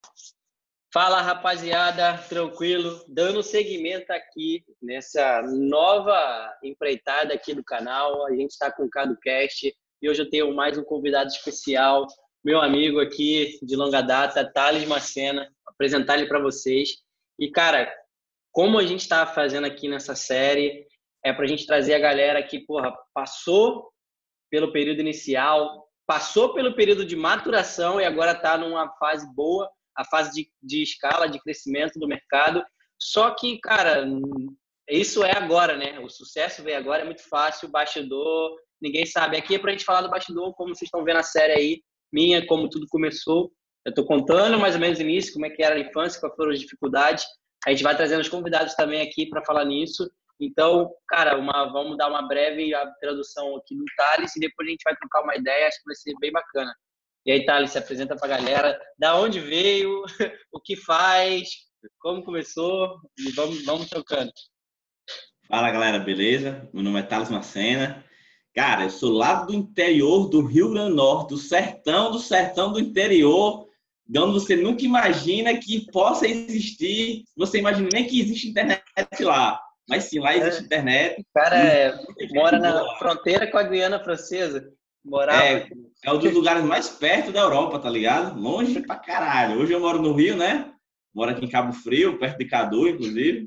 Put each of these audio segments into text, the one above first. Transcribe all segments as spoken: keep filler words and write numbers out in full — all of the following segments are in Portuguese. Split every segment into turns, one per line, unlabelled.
Fala, rapaziada, tranquilo? Dando seguimento aqui nessa nova empreitada aqui do canal. A gente está com o CadoCast e hoje eu tenho mais um convidado especial, meu amigo aqui de longa data, Thales Macena, apresentar ele para vocês. E, cara, como a gente está fazendo aqui nessa série, é para a gente trazer a galera que, porra, passou pelo período inicial, passou pelo período de maturação e agora está numa fase boa, a fase de, de escala, de crescimento do mercado. Só que, cara, isso é agora, né? O sucesso vem agora, é muito fácil, bastidor, ninguém sabe. Aqui é pra gente falar do bastidor, como vocês estão vendo a série aí, minha, como tudo começou. Eu tô contando mais ou menos o início, como é que era a infância, quais foram as dificuldades. A gente vai trazendo os convidados também aqui para falar nisso. Então, cara, uma, vamos dar uma breve introdução aqui do Thales e depois a gente vai trocar uma ideia, acho que vai ser bem bacana. E aí, Thales, se apresenta para a galera, da onde veio, o que faz, como começou, e vamos, vamos trocando.
Fala, galera, beleza? Meu nome é Thales Macena. Cara, eu sou lá do interior do Rio Grande do Norte, do sertão, do sertão do interior, de onde você nunca imagina que possa existir, você imagina nem que existe internet lá, mas sim, lá existe
É,
internet.
o cara é, mora na fronteira com a Guiana Francesa, morava.
É, é um dos lugares mais perto da Europa, tá ligado? Longe pra caralho. Hoje eu moro no Rio, né? Moro aqui em Cabo Frio, perto de Cadu, inclusive.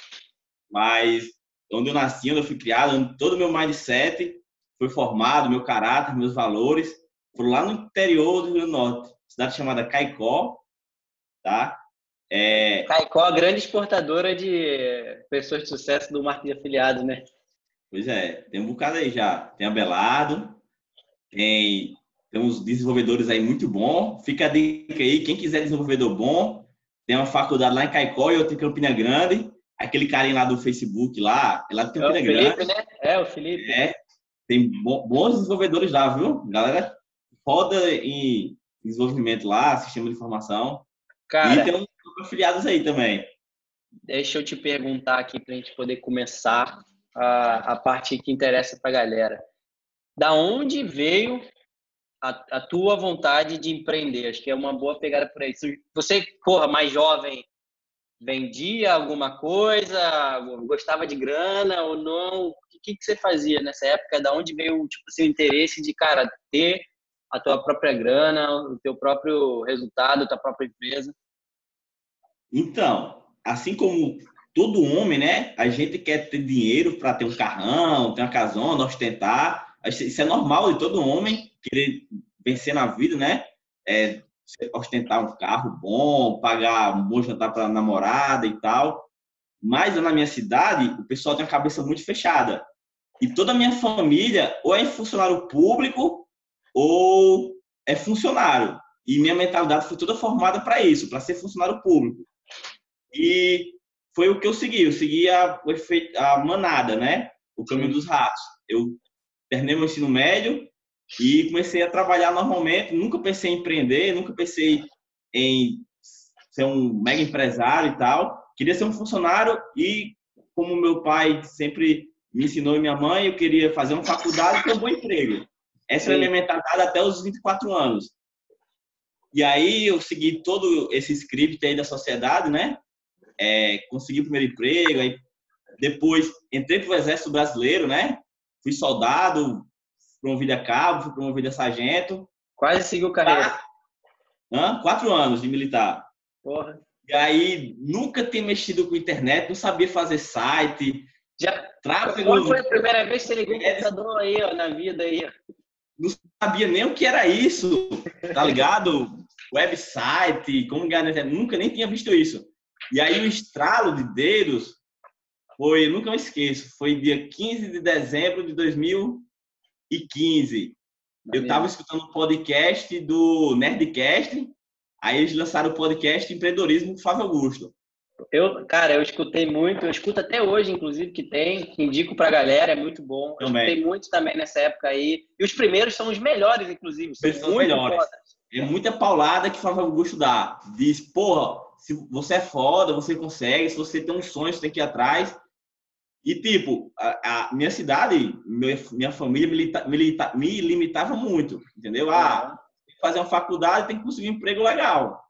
Mas onde eu nasci, onde eu fui criado, onde todo o meu mindset foi formado, meu caráter, meus valores, foram lá no interior do Rio Grande do Norte, cidade chamada Caicó, tá? É...
Caicó, a grande exportadora de pessoas de sucesso do Marco de Afiliados, né?
Pois é, tem um bocado aí já. Tem Abelardo, tem, tem uns desenvolvedores aí muito bons. Fica a dica aí, quem quiser desenvolvedor bom, tem uma faculdade lá em Caicó e outra em Campina Grande. Aquele carinha lá do Facebook lá, é lá de
É o
Campina
Felipe,
Grande.
né? É o Felipe.
É, tem bons desenvolvedores lá, viu? Galera foda em desenvolvimento lá, sistema de informação. E tem
Cara,
uns afiliados aí também.
deixa eu te perguntar aqui para a gente poder começar a, a parte que interessa para a galera. Da onde veio a, a tua vontade de empreender? Acho que é uma boa pegada por aí. Você, porra, mais jovem, vendia alguma coisa, gostava de grana ou não? O que, que você fazia nessa época? Da onde veio tipo, o seu interesse de, cara, ter a tua própria grana, o teu próprio resultado, a tua própria empresa?
Então, assim como todo homem, né? A gente quer ter dinheiro para ter um carrão, ter uma casona, ostentar. Isso é normal de todo homem querer vencer na vida, né? É, ostentar um carro bom, pagar um bom jantar para a namorada e tal. Mas na minha cidade, o pessoal tem a cabeça muito fechada. E toda a minha família ou é funcionário público ou é funcionário. E minha mentalidade foi toda formada para isso, para ser funcionário público. E foi o que eu segui. Eu segui a, a manada, né? O caminho dos ratos. Eu terminei meu ensino médio e comecei a trabalhar normalmente. Nunca pensei em empreender, nunca pensei em ser um mega empresário e tal. Queria ser um funcionário e, como meu pai sempre me ensinou e minha mãe, eu queria fazer uma faculdade e ter um bom emprego. Essa era a minha mentalidade até os vinte e quatro anos. E aí eu segui todo esse script aí da sociedade, né? É, consegui o primeiro emprego, aí depois entrei para o Exército Brasileiro, né? Fui soldado, promovido a cabo, fui promovido a sargento.
Quase seguiu carreira.
Hã? Quatro anos de militar.
Porra.
E aí nunca tinha mexido com internet, não sabia fazer site.
Já,
tráfego.
Quando foi a primeira vez que você ligou o computador aí, ó, na vida aí? Ó.
Não sabia nem o que era isso, tá ligado? Website, como ganhar na internet, nunca nem tinha visto isso. E aí o estralo de dedos foi, nunca me esqueço, foi dia quinze de dezembro de dois mil e quinze. Eu estava escutando um podcast do Nerdcast, aí eles lançaram o podcast Empreendedorismo do Flávio Augusto.
Eu, cara, eu escutei muito, eu escuto até hoje, inclusive, que tem, indico pra galera, é muito bom. Eu
também.
escutei muito também nessa época aí. E os primeiros são os melhores, inclusive. São
Eles são
muito
melhores.
fodas.
É muita paulada que o Flávio Augusto dá. Diz, porra, se você é foda, você consegue, se você tem um sonho, você tem que ir atrás. E, tipo, a, a minha cidade, minha, minha família milita, milita, me limitava muito, entendeu? Ah, tem que fazer uma faculdade, tem que conseguir um emprego legal.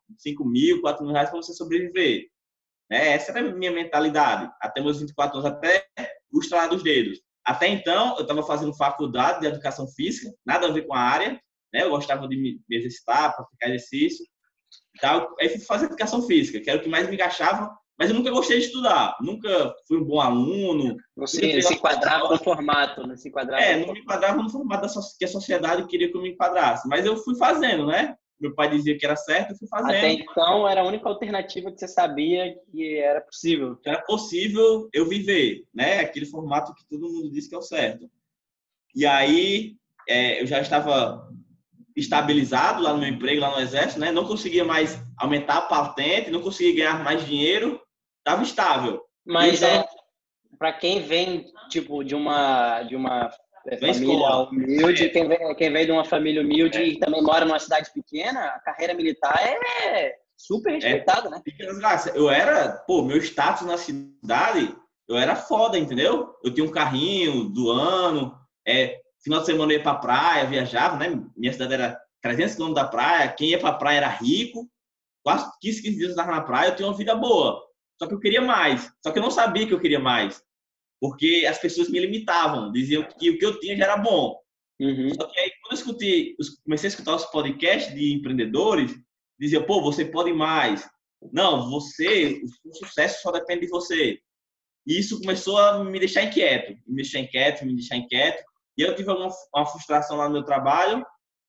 cinco mil, quatro mil reais para você sobreviver. Né? Essa era a minha mentalidade. Até meus vinte e quatro anos, até o estralar dos dedos. Até então, eu estava fazendo faculdade de educação física, nada a ver com a área. Né? Eu gostava de me exercitar, praticar exercício. Então, aí fui fazer educação física, que era o que mais me encaixava, mas eu nunca gostei de estudar. Nunca fui um bom aluno.
Você se enquadrava no formato, não se enquadrava
É,
no
não me enquadrava no formato da so- que a sociedade queria que eu me enquadrasse. Mas eu fui fazendo, né? Meu pai dizia que era certo, eu fui
Até
fazendo.
então era a única alternativa que você sabia que era possível.
Era possível eu viver, né? Aquele formato que todo mundo diz que é o certo. E aí, é, eu já estava estabilizado lá no meu emprego, lá no Exército, né? Não conseguia mais aumentar a patente, não conseguia ganhar mais dinheiro, estava estável.
Mas
Então,
é para quem vem tipo de uma de uma é,
na
família
escola,
humilde,
é,
quem vem, quem vem de uma família humilde
é,
e também mora numa cidade pequena, a carreira militar é super
é,
respeitada, né?
eu era, pô, meu status na cidade, eu era foda, entendeu? Eu tinha um carrinho do ano, é, final de semana eu ia pra praia, viajava, né? Minha cidade era trezentos quilômetros da praia, quem ia pra praia era rico, quase quinze, quinze dias eu estava na praia, eu tinha uma vida boa. Só que eu queria mais. Só que eu não sabia que eu queria mais. Porque as pessoas me limitavam, diziam que o que eu tinha já era bom.
Uhum.
Só que aí, quando eu escutei, comecei a escutar os podcasts de empreendedores, diziam, pô, você pode mais. Não, você, o sucesso só depende de você. E isso começou a me deixar inquieto, me deixar inquieto, me deixar inquieto. E eu tive uma, uma frustração lá no meu trabalho,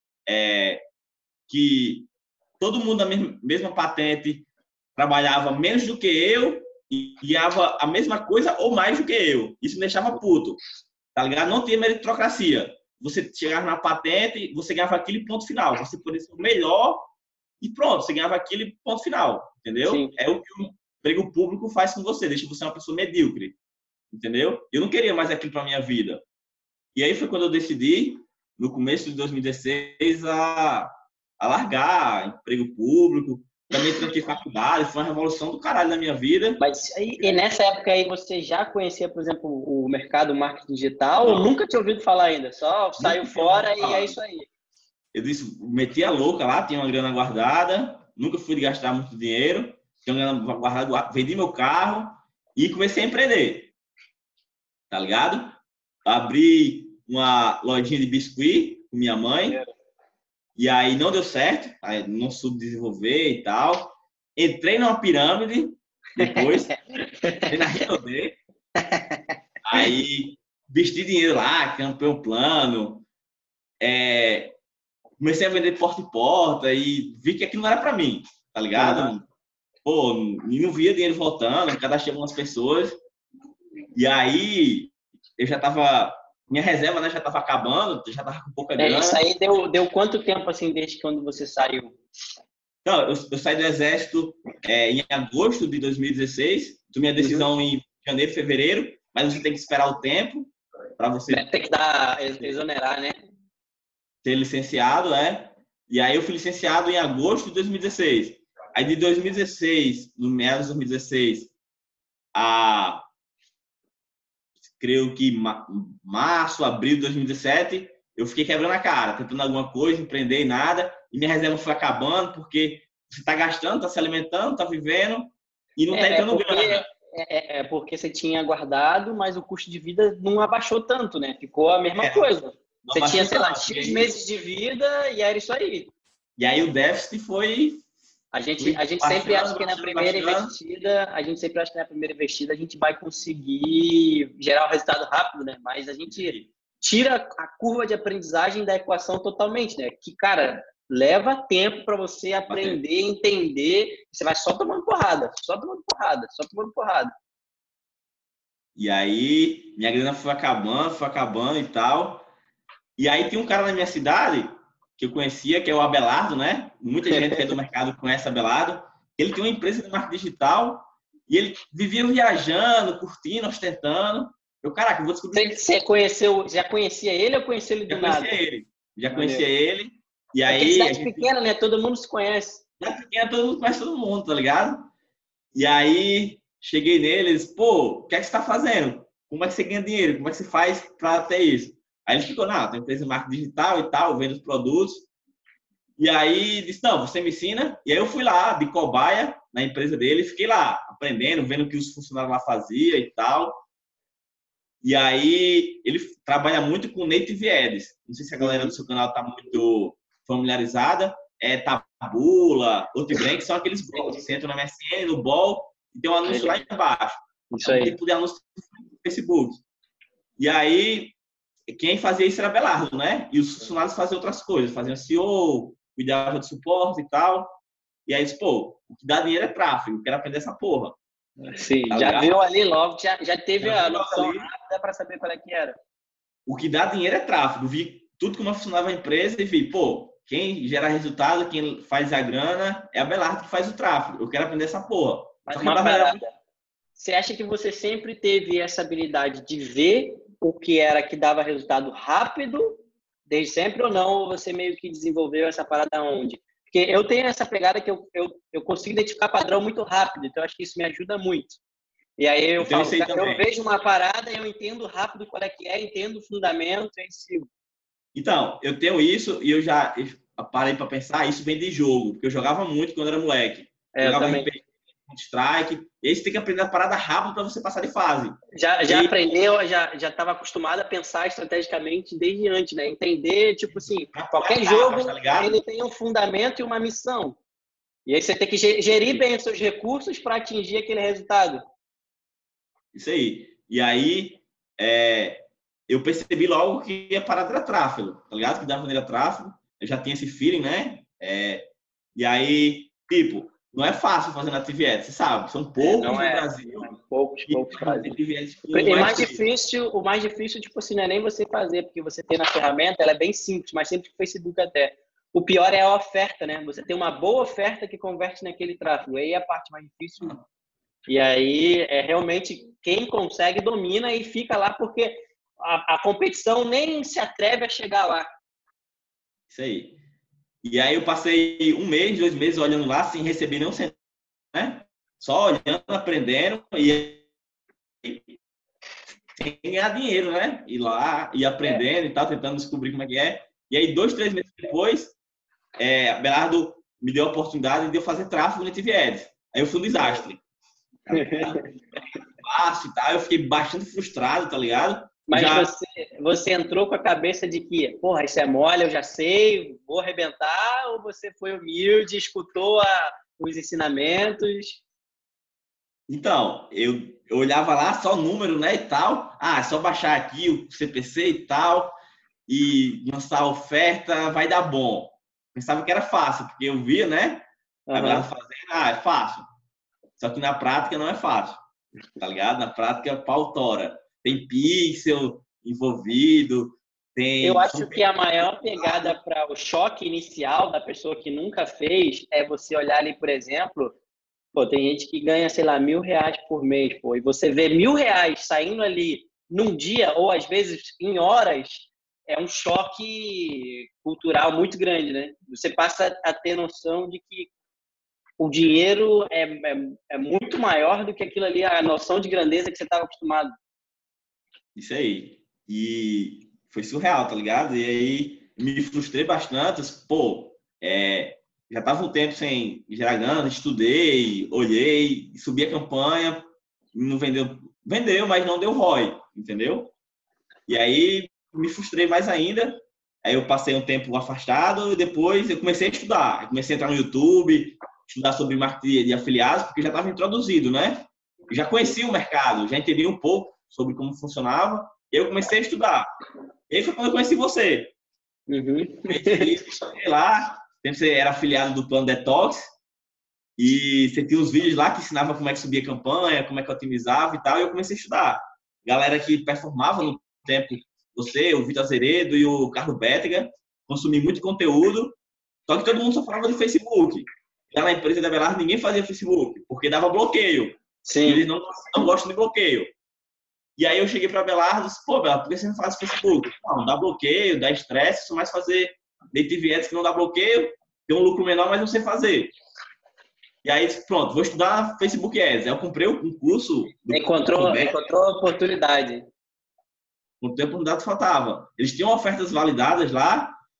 é, que todo mundo da mesma, mesma patente trabalhava menos do que eu e ganhava a mesma coisa ou mais do que eu. Isso me deixava puto, tá ligado? Não tinha meritocracia. Você chegava na patente, você ganhava aquele ponto final. Você poderia ser o melhor e pronto, você ganhava aquele ponto final, entendeu?
Sim.
É o que o emprego público faz com você, deixa você uma pessoa medíocre, entendeu? Eu não queria mais aquilo para minha vida. E aí foi quando eu decidi, no começo de dois mil e dezesseis, a, a largar emprego público. Também tranquei faculdade, foi uma revolução do caralho na minha vida.
Mas e, e nessa época aí você já conhecia, por exemplo, o mercado marketing digital ou
Não,
nunca tinha ouvido falar ainda? Só saiu
nunca tinha ouvido
fora e é
falar.
isso aí.
Eu disse, meti a louca lá, tinha uma grana guardada, nunca fui de gastar muito dinheiro, tinha uma grana guardada, vendi meu carro e comecei a empreender, tá ligado? Abri uma lojinha de biscuit com minha mãe, e aí não deu certo, aí não soube desenvolver e tal. Entrei numa pirâmide, depois, entrei na Rinode, aí vesti dinheiro lá, comprei um plano, é, comecei a vender porta em porta e vi que aquilo não era para mim, tá ligado?
Uhum.
Pô, e não via dinheiro voltando, cadastrei algumas pessoas, e aí eu já tava, minha reserva, né, já tava acabando, já tava com pouca
É, isso
grana.
aí deu, deu quanto tempo assim desde quando você saiu?
Não, eu, eu saí do exército é, em agosto de dois mil e dezesseis, tomei a
Uhum.
decisão em janeiro, fevereiro, mas você tem que esperar o tempo para você
Tem que dar, exonerar, né?
ser licenciado, é. E aí eu fui licenciado em agosto de dois mil e dezesseis. Aí de dois mil e dezesseis, no meados de dois mil e dezesseis, a creio que março, abril de dois mil e dezessete, eu fiquei quebrando a cara, tentando alguma coisa, empreender em nada, e minha reserva foi acabando, porque você está gastando, está se alimentando, está vivendo, e não está
É, é
entrando
porque
grana.
é, é porque você tinha guardado, mas o custo de vida não abaixou tanto, né? Ficou a mesma
É,
coisa.
não
Você tinha,
abaixou
sei lá,
tanto. E
X
aí,
meses de vida e era isso aí.
e aí o déficit foi,
A gente,
foi
a gente sempre acha
baixando,
que na
baixando,
primeira
baixando.
investida, a gente sempre acha que na primeira investida a gente vai conseguir gerar o resultado rápido, né? Mas a gente tira a curva de aprendizagem da equação totalmente, né? Que, cara, leva tempo para você
Bateu.
aprender, entender. Você vai só tomando porrada, só tomando porrada, só tomando porrada.
E aí, minha grana foi acabando, foi acabando e tal. E aí tem um cara na minha cidade que eu conhecia, que é o Abelardo, né? Muita gente que é do mercado conhece o Abelardo. Ele tem uma empresa de marketing digital e ele vivia viajando, curtindo, ostentando. Eu, caraca, eu vou descobrir.
Você conheceu, já conhecia ele ou conheceu ele do
Já conhecia
nada?
ele. Já
Maneiro.
conhecia ele. E
É porque é
aí, a
cidade
gente.
pequena, né? Todo mundo se conhece.
Já pequena, todo mundo conhece todo mundo, tá ligado? E aí, cheguei nele, eles, pô, o que é que você tá fazendo? Como é que você ganha dinheiro? Como é que você faz para ter isso? Aí ele ficou, não, tem empresa de marketing digital e tal, vendo os produtos. E aí disse, não, você me ensina. E aí eu fui lá, de cobaia, na empresa dele, fiquei lá, aprendendo, vendo o que os funcionários lá faziam e tal. E aí ele trabalha muito com Native Ads. Não sei se a galera do seu canal está muito familiarizada. É Taboola, Outbrain, que são aqueles blocos que você entra na M S N, no Ball, e tem um anúncio lá embaixo.
Isso
é um
aí.
tipo de anúncio no Facebook. E aí, quem fazia isso era Belardo, né? E os funcionários faziam outras coisas, faziam S E O, cuidavam de suporte e tal. E aí, pô, o que dá dinheiro é tráfego, quero aprender essa porra.
Sim,
Tá
já
ligado?
viu ali logo, já, já teve
Já
a
viu
noção
ali.
rápida para saber qual é que era.
O que dá dinheiro é tráfego. Vi tudo como funcionava a empresa e vi, pô, quem gera resultado, quem faz a grana é a Belardo que faz o tráfego. Eu quero aprender essa porra.
Mas
Só que a
uma
barreira
parada, você acha que você sempre teve essa habilidade de ver o que era que dava resultado rápido, desde sempre ou não? Ou você meio que desenvolveu essa parada onde? Porque eu tenho essa pegada que eu, eu, eu consigo identificar padrão muito rápido, então acho que isso me ajuda muito. E aí eu
eu tenho
falo,
isso aí
eu
também.
vejo uma parada, eu entendo rápido qual é que é, entendo o fundamento e sigo.
Então, eu tenho isso e eu já parei para pensar, isso vem de jogo, porque eu jogava muito quando era moleque.
É, eu
Jogava
também.
R P G, Strike, e aí você tem que aprender a parada rápido para você passar de fase.
Já, já
E
aprendeu, já já estava acostumado a pensar estrategicamente desde antes, né? Entender, tipo assim, qualquer
etapas, tá
jogo
ligado?
ele tem um fundamento e uma missão. E aí você tem que gerir bem os seus recursos para atingir aquele resultado.
Isso aí. E aí, é, eu percebi logo que a parada era tráfego, tá ligado? Que dava maneira tráfego. Eu já tinha esse feeling, né? É, e aí, tipo, não é fácil fazer Native Ads, você sabe. São
É,
poucos
não
no
é,
Brasil
não é. Poucos,
que
poucos
fazem
fazem.
Native Ads com
E mais
mais tempo.
difícil, o mais difícil, tipo assim, não é nem você fazer, porque você tem na ferramenta, ela é bem simples, mais simples que o Facebook até. O pior é a oferta, né? Você tem uma boa oferta que converte naquele tráfego. Aí é a parte mais difícil. E aí é realmente quem consegue domina e fica lá porque a, a competição nem se atreve a chegar lá.
Isso aí. E aí eu passei um mês, dois meses olhando lá sem receber nenhum centavo, né? Só olhando, aprendendo e sem ganhar dinheiro, né? Ir lá, ir aprendendo e tal, tentando descobrir como é que é. E aí, dois, três meses depois, é, Belardo me deu a oportunidade de eu fazer tráfego no Native Ads. Aí eu fui um desastre. Tá fácil e tal. Eu fiquei bastante frustrado, tá ligado?
Mas
Já...
você, você entrou com a cabeça de que, porra, isso é mole, eu já sei, vou arrebentar, ou você foi humilde, escutou a, os ensinamentos?
Então, eu, eu olhava lá só o número, né, e tal. Ah, é só baixar aqui o C P C e tal, e lançar a oferta, vai dar bom. Pensava que era fácil, porque eu via, né? A galera
Uhum.
fazendo, ah, é fácil. Só que na prática não é fácil, tá ligado? Na prática, pau tora. Tem pixel envolvido,
Eu
tem
acho
super...
que a maior pegada para o choque inicial da pessoa que nunca fez é você olhar ali, por exemplo, pô, tem gente que ganha, sei lá, mil reais por mês, pô, e você vê mil reais saindo ali num dia, ou às vezes em horas, é um choque cultural muito grande, né? Você passa a ter noção de que o dinheiro é, é, é muito maior do que aquilo ali, a noção de grandeza que você estava acostumado.
Isso aí. E foi surreal, tá ligado? E aí me frustrei bastante. Pô, é, já tava um tempo sem gerar grana, estudei, olhei, subi a campanha, não vendeu, vendeu, mas não deu R O I, entendeu? E aí me frustrei mais ainda. Aí eu passei um tempo afastado e depois eu comecei a estudar. Eu comecei a entrar no YouTube, estudar sobre marketing de afiliados, porque já estava introduzido, né? Eu já conhecia o mercado, já entendia um pouco sobre como funcionava. E eu comecei a estudar. E aí foi quando eu conheci você.
Uhum.
Conheci, sei lá, você era afiliado do Plano Detox e você tinha uns vídeos lá que ensinava como é que subia a campanha, como é que otimizava e tal, e eu comecei a estudar. Galera que performava no tempo, você, o Vitor Azeredo e o Carlos Bétega, consumi muito conteúdo, só que todo mundo só falava de Facebook. Lá na empresa da Belardo ninguém fazia Facebook, porque dava bloqueio. E eles
Sim.
não, não gostam de bloqueio. E aí eu cheguei para Belardo e disse, pô, Belardo, por que você não faz Facebook? Não, dá bloqueio, dá estresse, só mais fazer Native Ads que não dá bloqueio, tem um lucro menor, mas não sei fazer. E aí, pronto, vou estudar Facebook Ads. Aí eu comprei um curso do
Encontrou, encontrou a oportunidade.
o tempo não dado faltava. Eles tinham ofertas validadas lá,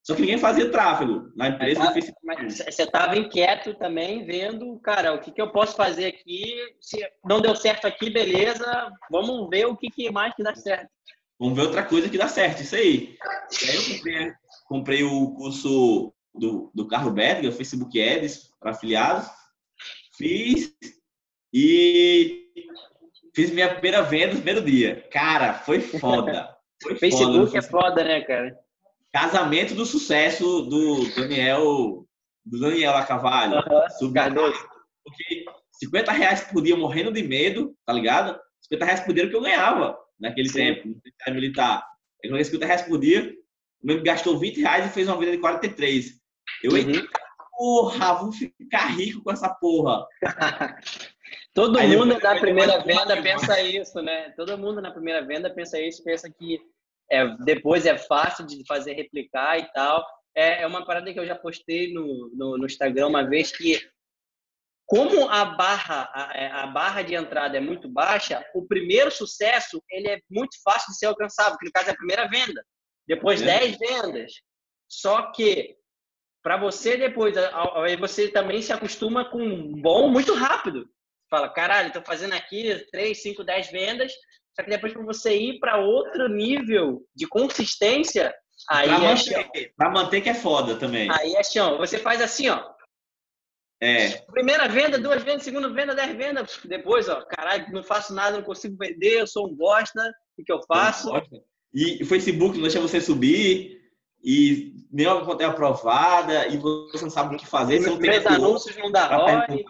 Só que ninguém fazia tráfego na empresa do Facebook.
Mas você estava inquieto também, vendo, cara, o que, que eu posso fazer aqui? Se não deu certo aqui, beleza, vamos ver o que, que mais que dá certo.
Vamos ver outra coisa que dá certo, isso aí. E aí eu comprei, comprei o curso do, do Carlos Berger, Facebook Ads, para afiliados. Fiz e fiz minha primeira venda no primeiro dia. Cara, foi foda. Foi
Facebook
foda,
é foda, né, cara?
Casamento do sucesso do Daniel, do Daniel Acavalho.
Uhum, Cardoso.
Porque cinquenta reais por dia morrendo de medo, tá ligado? cinquenta reais por dia era o que eu ganhava naquele Sim. tempo, no militar militar. Eu ganhei cinquenta reais por dia, o meu gastou vinte reais e fez uma venda de quarenta e três. Eu, uhum. porra, vou ficar rico com essa porra.
Todo Aí mundo na primeira venda pensa isso, né? Todo mundo na primeira venda pensa isso, pensa que é, depois é fácil de fazer replicar e tal. É, é uma parada que eu já postei no, no, no Instagram uma vez, que como a barra, a, a barra de entrada é muito baixa, o primeiro sucesso ele é muito fácil de ser alcançado, porque no caso é a primeira venda. Depois é. dez vendas. Só que para você depois, aí você também se acostuma com um bom muito rápido. Você fala, caralho, estou fazendo aqui três, cinco, dez vendas, só que depois para você ir para outro nível de consistência, aí
pra
é
manter,
chão.
Para manter que é foda também.
Aí é chão. Você faz assim, ó.
É.
Primeira venda, duas vendas, segunda venda, dez vendas. Depois, ó, caralho, não faço nada, não consigo vender, eu sou um bosta, o que eu faço?
E o Facebook não deixa você subir, e nenhuma conta é aprovada, e você não sabe o que fazer. Você não tem
meus anúncios não dá R O I.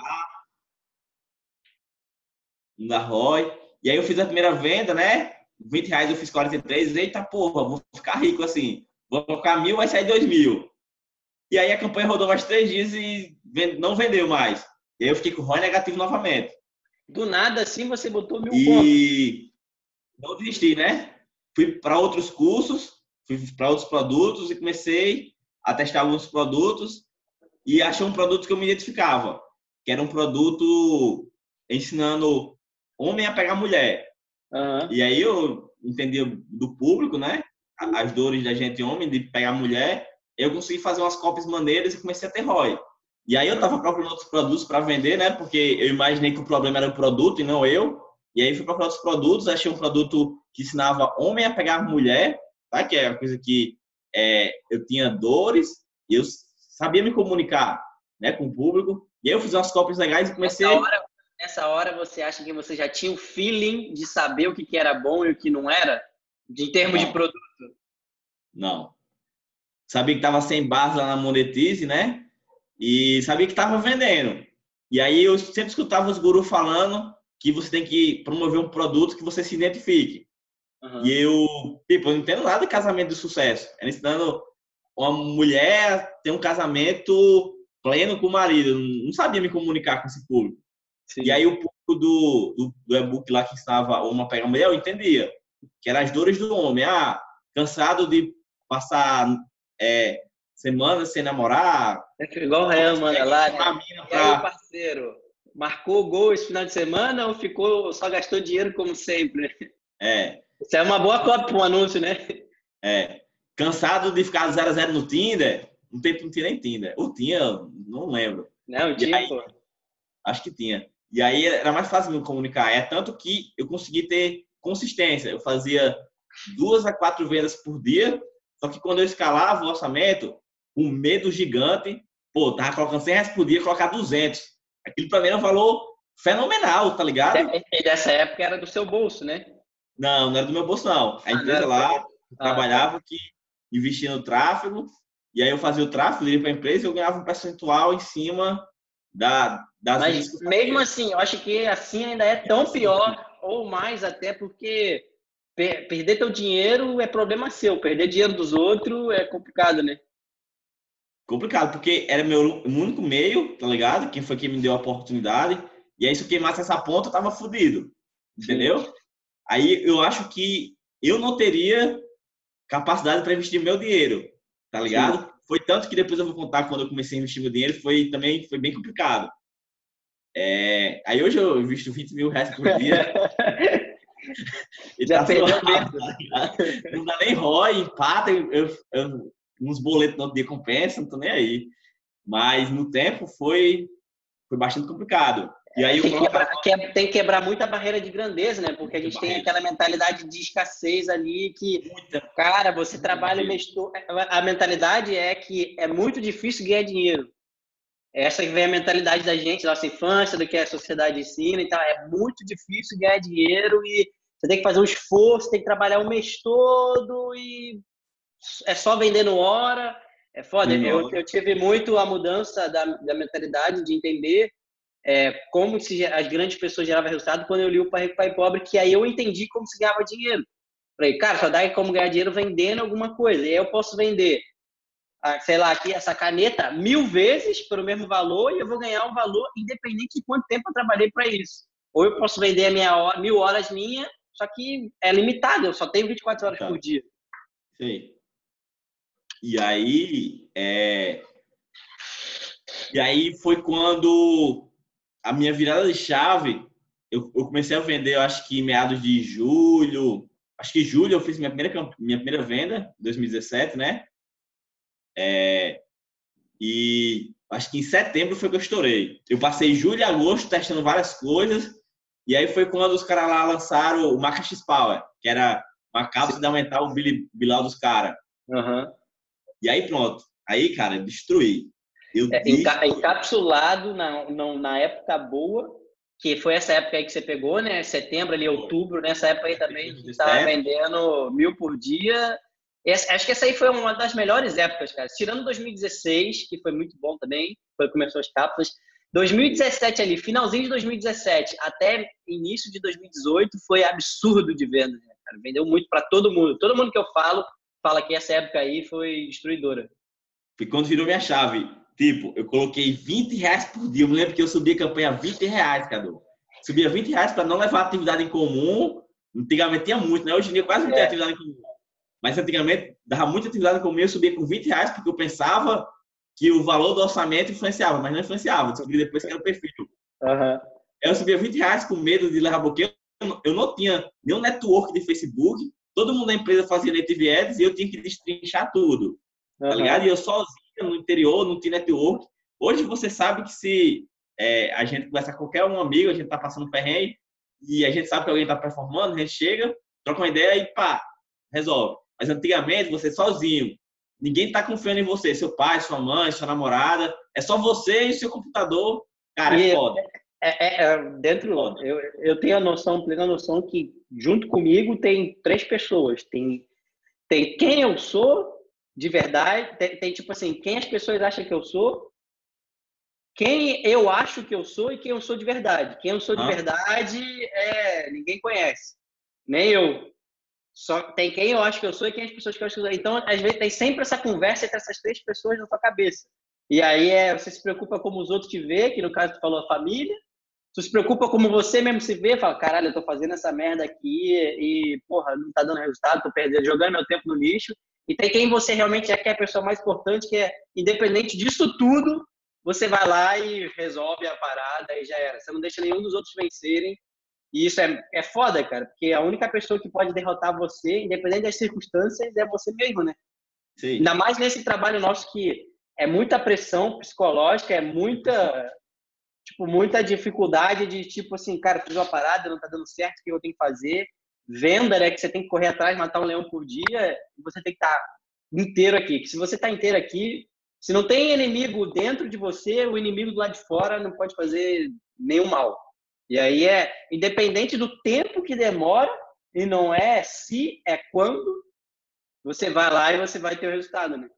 Não dá R O I. E aí eu fiz a primeira venda, né? vinte reais eu fiz quarenta e três. Eita porra, vou ficar rico assim. Vou colocar mil, vai sair dois mil. E aí a campanha rodou mais três dias e não vendeu mais. E aí eu fiquei com o R O I negativo novamente.
Do nada assim você botou mil
e...
pontos.
E não desisti, né? Fui para outros cursos, fui para outros produtos e comecei a testar alguns produtos e achei um produto que eu me identificava, que era um produto ensinando homem a pegar mulher.
Uhum.
E aí eu entendi do público, né? As dores da gente homem de pegar mulher. Eu consegui fazer umas cópias maneiras e comecei a ter R O I. E aí eu estava procurando outros produtos para vender, né? Porque eu imaginei que o problema era o produto e não eu. E aí fui procurar outros produtos, achei um produto que ensinava homem a pegar mulher, tá? Que é uma coisa que é, eu tinha dores e eu sabia me comunicar, né, com o público. E aí eu fiz umas cópias legais e comecei...
Nessa hora, nessa hora você acha que você já tinha o feeling de saber o que, que era bom e o que não era? De termos
não.
de produto?
Não. Sabia que estava sem barras lá na Monetize, né? E sabia que estava vendendo. E aí eu sempre escutava os gurus falando que você tem que promover um produto que você se identifique. Uhum. E eu, tipo, eu não entendo nada de casamento de sucesso. Ela ensinando uma mulher a ter um casamento pleno com o marido. Eu não sabia me comunicar com esse público. Sim. E aí o público do, do, do e-book lá que ensinava uma pegar mulher, eu entendia. Que eram as dores do homem. Ah, cansado de passar é, semanas sem namorar.
É igual o Real manda lá, né?
Pra...
E aí, parceiro? Marcou gol esse final de semana ou ficou, só gastou dinheiro como sempre?
É.
Isso é uma boa cópia para um anúncio, né?
É. Cansado de ficar zero a zero no Tinder? Não tem, não tinha nem Tinder. Ou tinha, não lembro.
Não, tinha,
aí,
pô.
Acho que tinha. E aí era mais fácil me comunicar. É tanto que eu consegui ter consistência. Eu fazia duas a quatro vendas por dia, só que quando eu escalava o orçamento, um medo gigante, pô, tava colocando cem reais por dia, colocar duzentos. Aquilo para mim era um valor fenomenal, tá ligado?
E dessa época era do seu bolso, né?
Não, não era do meu bolso, não. A empresa ah, lá, eu trabalhava que investia no tráfego, e aí eu fazia o tráfego, ia para a empresa e eu ganhava um percentual em cima da, das...
Mas mesmo assim, eu acho que assim ainda é tão pior, ou mais até, porque per perder teu dinheiro é problema seu, perder dinheiro dos outros é complicado, né?
Complicado, porque era meu único meio, tá ligado? Quem foi quem me deu a oportunidade. E aí, se eu queimasse essa ponta, eu tava fodido. Entendeu? Sim. Aí, eu acho que eu não teria capacidade para investir meu dinheiro, tá ligado? Sim. Foi tanto que depois eu vou contar quando eu comecei a investir meu dinheiro, foi também foi bem complicado. É... Aí, hoje eu invisto vinte mil reais por dia.
E já tá perdeu mesmo.
Tá, não dá nem R O I, empata. Eu, eu, uns boletos no outro dia compensa, não tô nem aí. Mas no tempo foi, foi bastante complicado. E aí
tem,
eu
que quebrar, que, tem que quebrar muita barreira de grandeza, né? Porque a gente tem aquela mentalidade de escassez ali que, muita, cara, você trabalha o mês todo. A mentalidade é que é muito difícil ganhar dinheiro. Essa vem a mentalidade da gente, da nossa infância, do que a sociedade ensina e tal. É muito difícil ganhar dinheiro e você tem que fazer um esforço, tem que trabalhar o mês todo e é só vendendo hora. É foda. Eu, eu tive muito a mudança da, da mentalidade de entender é, como se, as grandes pessoas geravam resultado quando eu li o Pai Rico, Pai Pobre, que aí eu entendi como se ganhava dinheiro. Falei, cara, só dá como ganhar dinheiro vendendo alguma coisa. E aí eu posso vender, sei lá, aqui essa caneta mil vezes pelo mesmo valor e eu vou ganhar um valor independente de quanto tempo eu trabalhei para isso. Ou eu posso vender a minha hora, mil horas minha, só que é limitado, eu só tenho vinte e quatro horas tá. por dia.
Sim. E aí, é... e aí foi quando a minha virada de chave, eu, eu comecei a vender, eu acho que em meados de julho, acho que em julho eu fiz minha primeira, minha primeira venda, dois mil e dezessete, né? É, e acho que em setembro foi que eu estourei. Eu passei julho e agosto testando várias coisas, e aí foi quando os caras lá lançaram o Maca X Power, que era uma cápsula de aumentar o bilau dos caras.
Uhum.
E aí pronto. Aí, cara, destruí. Eu
é, destruí. Encapsulado na, na, na época boa, que foi essa época aí que você pegou, né? Setembro, ali, outubro, nessa época aí também, que estava vendendo mil por dia. Essa, acho que essa aí foi uma das melhores épocas, cara. Tirando dois mil e dezesseis, que foi muito bom também, foi quando começou as cápsulas. dois mil e dezessete ali, finalzinho de dois mil e dezessete até início de dois mil e dezoito, foi absurdo de venda, né, cara? Vendeu muito para todo mundo. Todo mundo que eu falo, fala que essa época aí foi destruidora.
Foi quando virou minha chave. Tipo, eu coloquei vinte reais por dia. Eu me lembro que eu subia a campanha a vinte reais, Cadu. Subia vinte reais para não levar atividade em comum. Antigamente tinha muito, né? Hoje em dia quase não tem é. atividade em comum. Mas antigamente dava muita atividade em comum. Eu subia com vinte reais porque eu pensava que o valor do orçamento influenciava, mas não influenciava. Descobri depois que era o perfil.
Uhum.
Eu subia vinte reais com medo de levar bloqueio. Eu não tinha nenhum network de Facebook. Todo mundo da empresa fazia native ads e eu tinha que destrinchar tudo. Uhum. Tá ligado? E eu sozinho no interior, não tinha network. Hoje você sabe que se é, a gente conversa com qualquer um amigo, a gente tá passando perrengue e a gente sabe que alguém tá performando, a gente chega, troca uma ideia e pá, resolve. Mas antigamente você sozinho, ninguém tá confiando em você, seu pai, sua mãe, sua namorada, é só você e seu computador. Cara, é
e
foda.
É, é, é, dentro, foda. Eu, eu tenho a noção, plena noção que junto comigo tem três pessoas. Tem, tem quem eu sou de verdade, tem, tem tipo assim, quem as pessoas acham que eu sou, quem eu acho que eu sou e quem eu sou de verdade. Quem eu sou de ah. verdade é ninguém conhece, nem eu. Só tem quem eu acho que eu sou e quem as pessoas que eu acho que eu sou. Então, às vezes, tem sempre essa conversa entre essas três pessoas na sua cabeça. E aí é, você se preocupa como os outros te vê, que no caso tu falou a família. Tu se preocupa como você mesmo se vê, fala, caralho, eu tô fazendo essa merda aqui e, porra, não tá dando resultado, tô perdendo, jogando meu tempo no lixo. E tem quem você realmente é, que é a pessoa mais importante, que é, independente disso tudo, você vai lá e resolve a parada e já era. Você não deixa nenhum dos outros vencerem. E isso é, é foda, cara, porque a única pessoa que pode derrotar você, independente das circunstâncias, é você mesmo, né?
Sim.
Ainda mais nesse trabalho nosso que é muita pressão psicológica, é muita... tipo, muita dificuldade de, tipo assim, cara, fiz uma parada, não tá dando certo, o que eu tenho que fazer? Venda, né, que você tem que correr atrás, matar um leão por dia, você tem que estar inteiro aqui. Que se você tá inteiro aqui, se não tem inimigo dentro de você, o inimigo do lado de fora não pode fazer nenhum mal. E aí é, independente do tempo que demora, e não é se, é quando, você vai lá e você vai ter o resultado, né?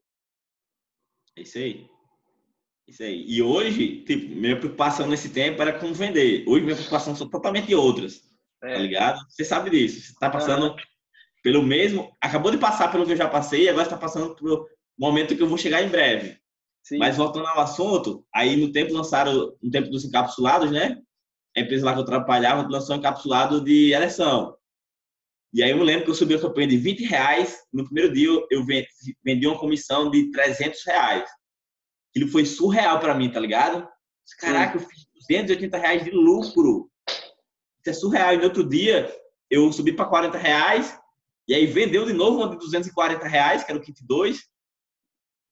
É isso aí. Isso aí. E hoje, tipo, minha preocupação nesse tempo era como vender. Hoje, minha preocupação são totalmente outras. É. Tá ligado? Você sabe disso. Você tá passando uhum. pelo mesmo... Acabou de passar pelo que eu já passei e agora está passando pelo momento que eu vou chegar em breve. Sim. Mas voltando ao assunto, aí no tempo lançaram, no tempo dos encapsulados, né? A empresa lá que eu trabalhava lançou um encapsulado de eleição. E aí eu me lembro que eu subi a campanha de vinte reais. No primeiro dia, eu vendi uma comissão de trezentos reais. Aquilo foi surreal para mim, tá ligado? Caraca, Sim. eu fiz duzentos e oitenta reais de lucro. Isso é surreal. E no outro dia, eu subi para quarenta reais. E aí vendeu de novo uma de duzentos e quarenta reais, que era o kit dois.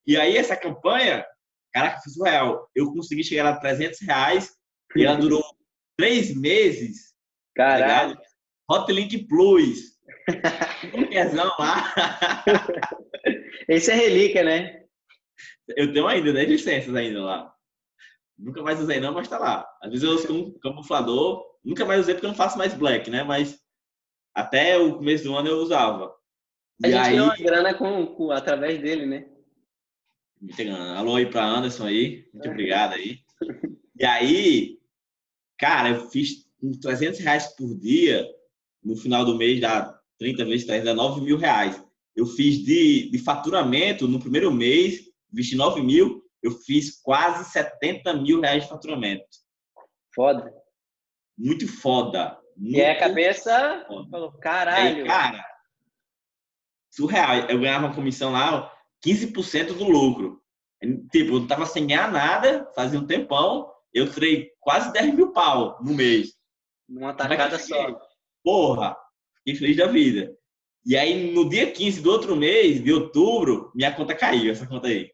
E aí, essa campanha, caraca, foi surreal. Eu consegui chegar a trezentos reais e ela durou três meses, tá
Caralho.
ligado? Hotlink Plus. Qualquerzão lá.
Esse é relíquia, né?
Eu tenho ainda dez licenças ainda lá. Nunca mais usei não, mas tá lá. Às vezes eu uso como camuflador. Nunca mais usei porque eu não faço mais black, né? Mas até o começo do ano eu usava.
A
E
gente ganhou
aí...
uma grana com, com, através dele, né?
Muita grana. Alô aí pra Anderson aí. Muito obrigado aí. E aí, cara, eu fiz com trezentos reais por dia. No final do mês dá trinta vezes trezentos, dá nove mil reais. Eu fiz de, de faturamento no primeiro mês, investi nove mil, eu fiz quase setenta mil reais de faturamento.
Foda.
Muito foda. Muito
e aí a cabeça
foda.
falou, caralho.
Aí, cara, surreal. Eu ganhava uma comissão lá, quinze por cento do lucro. Tipo, eu não tava sem ganhar nada, fazia um tempão, eu tirei quase dez mil pau no mês.
Numa tacada só.
Porra, fiquei feliz da vida. E aí, no dia quinze do outro mês, de outubro, minha conta caiu, essa conta aí.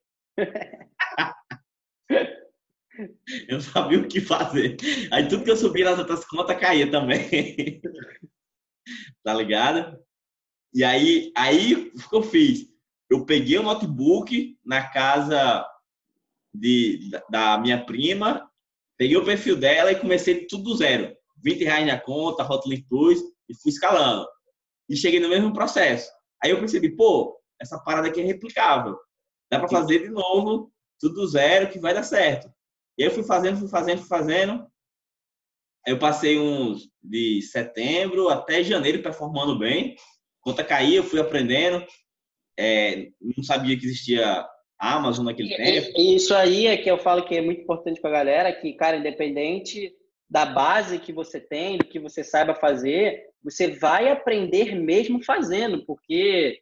Eu não sabia o que fazer. Aí tudo que eu subia nas outras contas caía também. Tá ligado? E aí, aí o que eu fiz? Eu peguei o notebook na casa de, da, da minha prima, peguei o perfil dela e comecei tudo do zero. vinte reais na conta, Hotlink Plus, e fui escalando. E cheguei no mesmo processo. Aí eu percebi, pô, essa parada aqui é replicável. Dá para fazer de novo, tudo do zero, que vai dar certo. E aí eu fui fazendo, fui fazendo, fui fazendo. Aí eu passei uns de setembro até janeiro performando bem. Conta caía, eu fui aprendendo. É, não sabia que existia a Amazon naquele tempo.
E isso aí é que eu falo que é muito importante para a galera, que, cara, independente da base que você tem, do que você saiba fazer, você vai aprender mesmo fazendo, porque,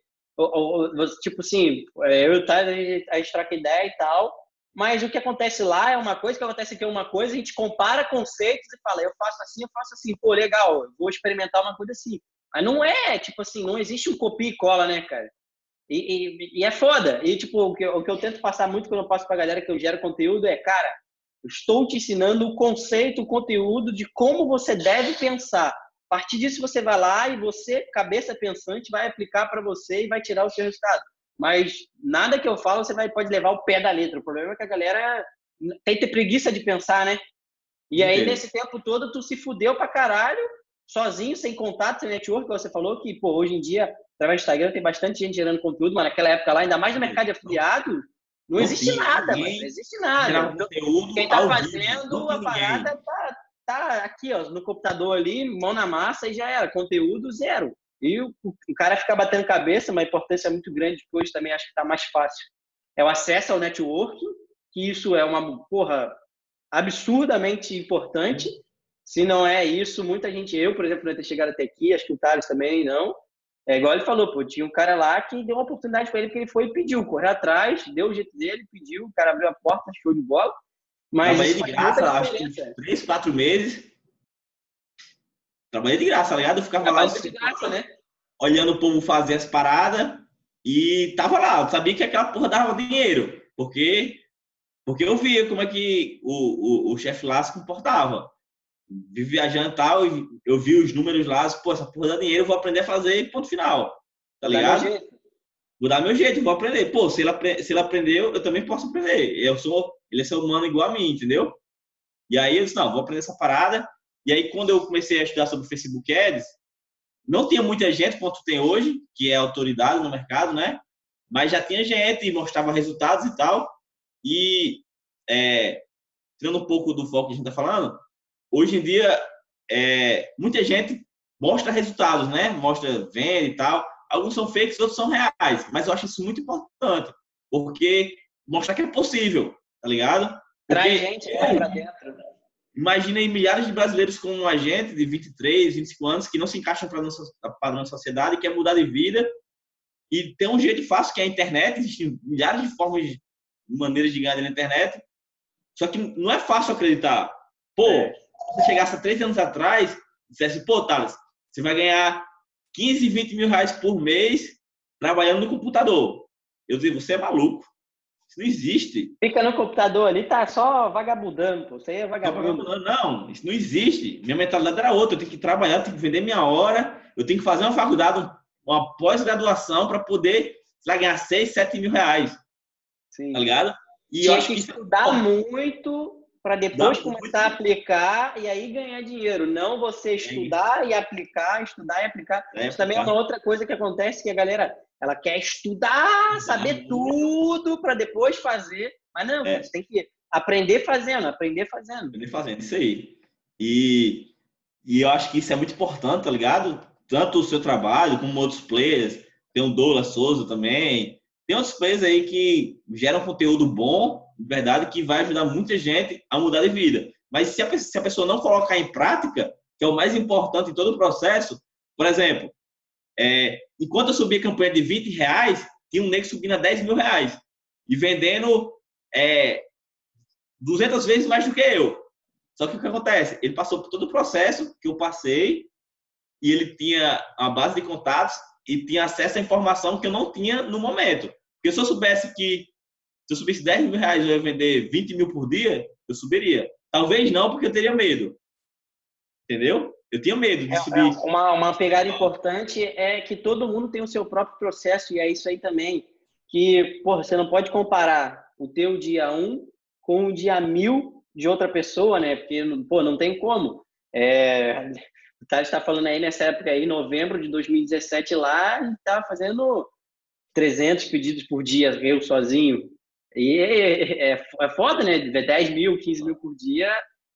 tipo assim, eu e o Tyler, a gente troca ideia e tal, mas o que acontece lá é uma coisa, o que acontece aqui é uma coisa, a gente compara conceitos e fala, eu faço assim, eu faço assim, pô, legal, vou experimentar uma coisa assim. Mas não é, tipo assim, não existe um copia e cola, né, cara? E, e, e é foda. E, tipo, o que, eu, o que eu tento passar muito quando eu passo pra galera que eu gero conteúdo é, cara, eu estou te ensinando o conceito, o conteúdo de como você deve pensar. A partir disso, você vai lá e você, cabeça pensante, vai aplicar para você e vai tirar o seu resultado. Mas nada que eu falo você vai, pode levar o pé da letra. O problema é que a galera tem que ter preguiça de pensar, né? E aí, nesse tempo todo, tu se fudeu pra caralho, sozinho, sem contato, sem network, que você falou, que, pô, hoje em dia, através do Instagram, tem bastante gente gerando conteúdo, mas naquela época lá, ainda mais no mercado de afiliado, não,
não
existe
tinha
nada,
ninguém,
mano, não existe nada.
gerava
Então,
conteúdo
quem tá
ao
fazendo
vivo,
a parada tá, tá aqui, ó, no computador ali, mão na massa e já era, conteúdo zero. E o, o cara fica batendo cabeça, uma importância muito grande, que hoje também acho que tá mais fácil. É o acesso ao networking, que isso é uma, porra, absurdamente importante. Se não é isso, muita gente, eu, por exemplo, não ter chegado até aqui, acho que o Thales também não. É igual ele falou, pô, tinha um cara lá que deu uma oportunidade para ele, que ele foi e pediu, correu atrás, deu o jeito dele, pediu, o cara abriu a porta, show de bola. Mas
trabalhei
isso
de
faz
graça,
muita
acho que uns três, quatro meses. Trabalhei de graça, tá ligado? Eu ficava lá
de graça, né?
olhando o povo fazer as paradas e tava lá. Eu sabia que aquela porra dava dinheiro, porque, porque eu via como é que o, o, o chefe lá se comportava. Viajando e tal, eu vi os números lá, pô, essa porra dá dinheiro, eu vou aprender a fazer, ponto final. Tá ligado?
Meu jeito.
Vou dar meu jeito, vou aprender. Pô, se ele, se ele aprendeu, eu também posso aprender. Eu sou, ele é ser humano igual a mim, entendeu? E aí eu disse, não, vou aprender essa parada. E aí quando eu comecei a estudar sobre Facebook Ads, não tinha muita gente quanto tem hoje, que é autoridade no mercado, né? Mas já tinha gente e mostrava resultados e tal. E, é, tirando um pouco do foco que a gente tá falando, hoje em dia, é, muita gente mostra resultados, né? Mostra venda e tal. Alguns são fakes, outros são reais. Mas eu acho isso muito importante, porque mostra que é possível, tá ligado? Porque,
Traz gente é, pra dentro.
Imagina aí milhares de brasileiros como a gente, de vinte e três, vinte e cinco anos, que não se encaixam para a padrão da sociedade, quer mudar de vida. E tem um jeito fácil, que é a internet. Existem milhares de formas, de maneiras de ganhar na internet. Só que não é fácil acreditar. Pô, é. Se você chegasse há três anos atrás, dissesse, pô, Thales, você vai ganhar quinze, vinte mil reais por mês trabalhando no computador. Eu digo, você é maluco. Isso não existe.
Fica no computador ali, tá só vagabundando, pô. Isso aí é vagabundo.
Não, não, isso não existe. Minha mentalidade era outra. Eu tenho que trabalhar, eu tenho que vender minha hora, eu tenho que fazer uma faculdade, uma pós-graduação para poder lá, ganhar seis, sete mil reais.
Sim.
Tá ligado? E
Tinha
eu acho
que
que
estudar
isso...
muito para depois
Dá
começar
muito.
a aplicar e aí ganhar dinheiro. Não você
É
estudar e aplicar, estudar e aplicar.
é
Isso também é uma
aplicar.
outra coisa que acontece, que a galera ela quer estudar,
Dá
saber
muito.
tudo para depois fazer. Mas não,
É,
você tem que aprender fazendo, aprender fazendo.
ele fazendo isso aí. E, e eu acho que isso é muito importante, tá ligado? Tanto o seu trabalho como outros players. Tem o Douglas Souza também. Tem outros players aí que geram conteúdo bom, de verdade, que vai ajudar muita gente a mudar de vida. Mas se a, pessoa, se a pessoa não colocar em prática, que é o mais importante em todo o processo, por exemplo, é, enquanto eu subia a campanha de vinte reais, tinha um nego subindo a dez mil reais e vendendo é, duzentas vezes mais do que eu. Só que o que acontece? Ele passou por todo o processo que eu passei e ele tinha uma base de contatos e tinha acesso à informação que eu não tinha no momento. Porque se eu soubesse que se eu subisse dez mil reais eu ia vender vinte mil por dia, eu subiria. Talvez não, porque eu teria medo. Entendeu? Eu tinha medo de
É, é
subir.
uma, uma pegada importante é que todo mundo tem o seu próprio processo, e é isso aí também, que, porra, você não pode comparar o teu dia um com o dia mil de outra pessoa, né? Porque, pô, não tem como. É, o Thales está falando aí nessa época aí, novembro de dois mil e dezessete lá, e tava fazendo trezentos pedidos por dia, eu sozinho. E é, é, é foda, né? dez mil, quinze mil por dia.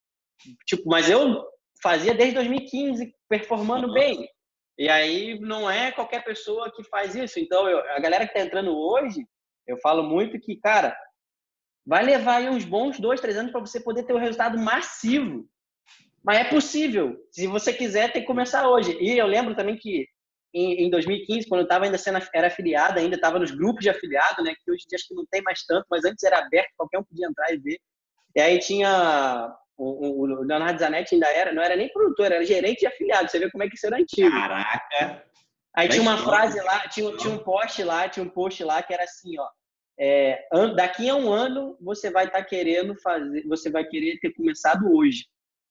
Tipo, mas eu fazia desde dois mil e quinze, performando bem. E aí não é qualquer pessoa que faz isso. Então, eu, a galera que tá entrando hoje, eu falo muito que, cara, vai levar aí uns bons dois, três anos para você poder ter um resultado massivo. Mas é possível. Se você quiser, tem que começar hoje. E eu lembro também que em, em dois mil e quinze, quando eu estava ainda sendo era afiliado, ainda estava nos grupos de afiliado, né? Que hoje em dia acho que não tem mais tanto, mas antes era aberto, qualquer um podia entrar e ver. E aí tinha o, o Leonardo Zanetti ainda era, não era nem produtor, era gerente de afiliado. Você vê como é que isso era antigo.
Caraca!
Aí tinha uma
Bastante.
frase lá, tinha, tinha um post lá, tinha um post lá que era assim, ó. É, daqui a um ano você vai estar tá querendo fazer, você vai querer ter começado hoje.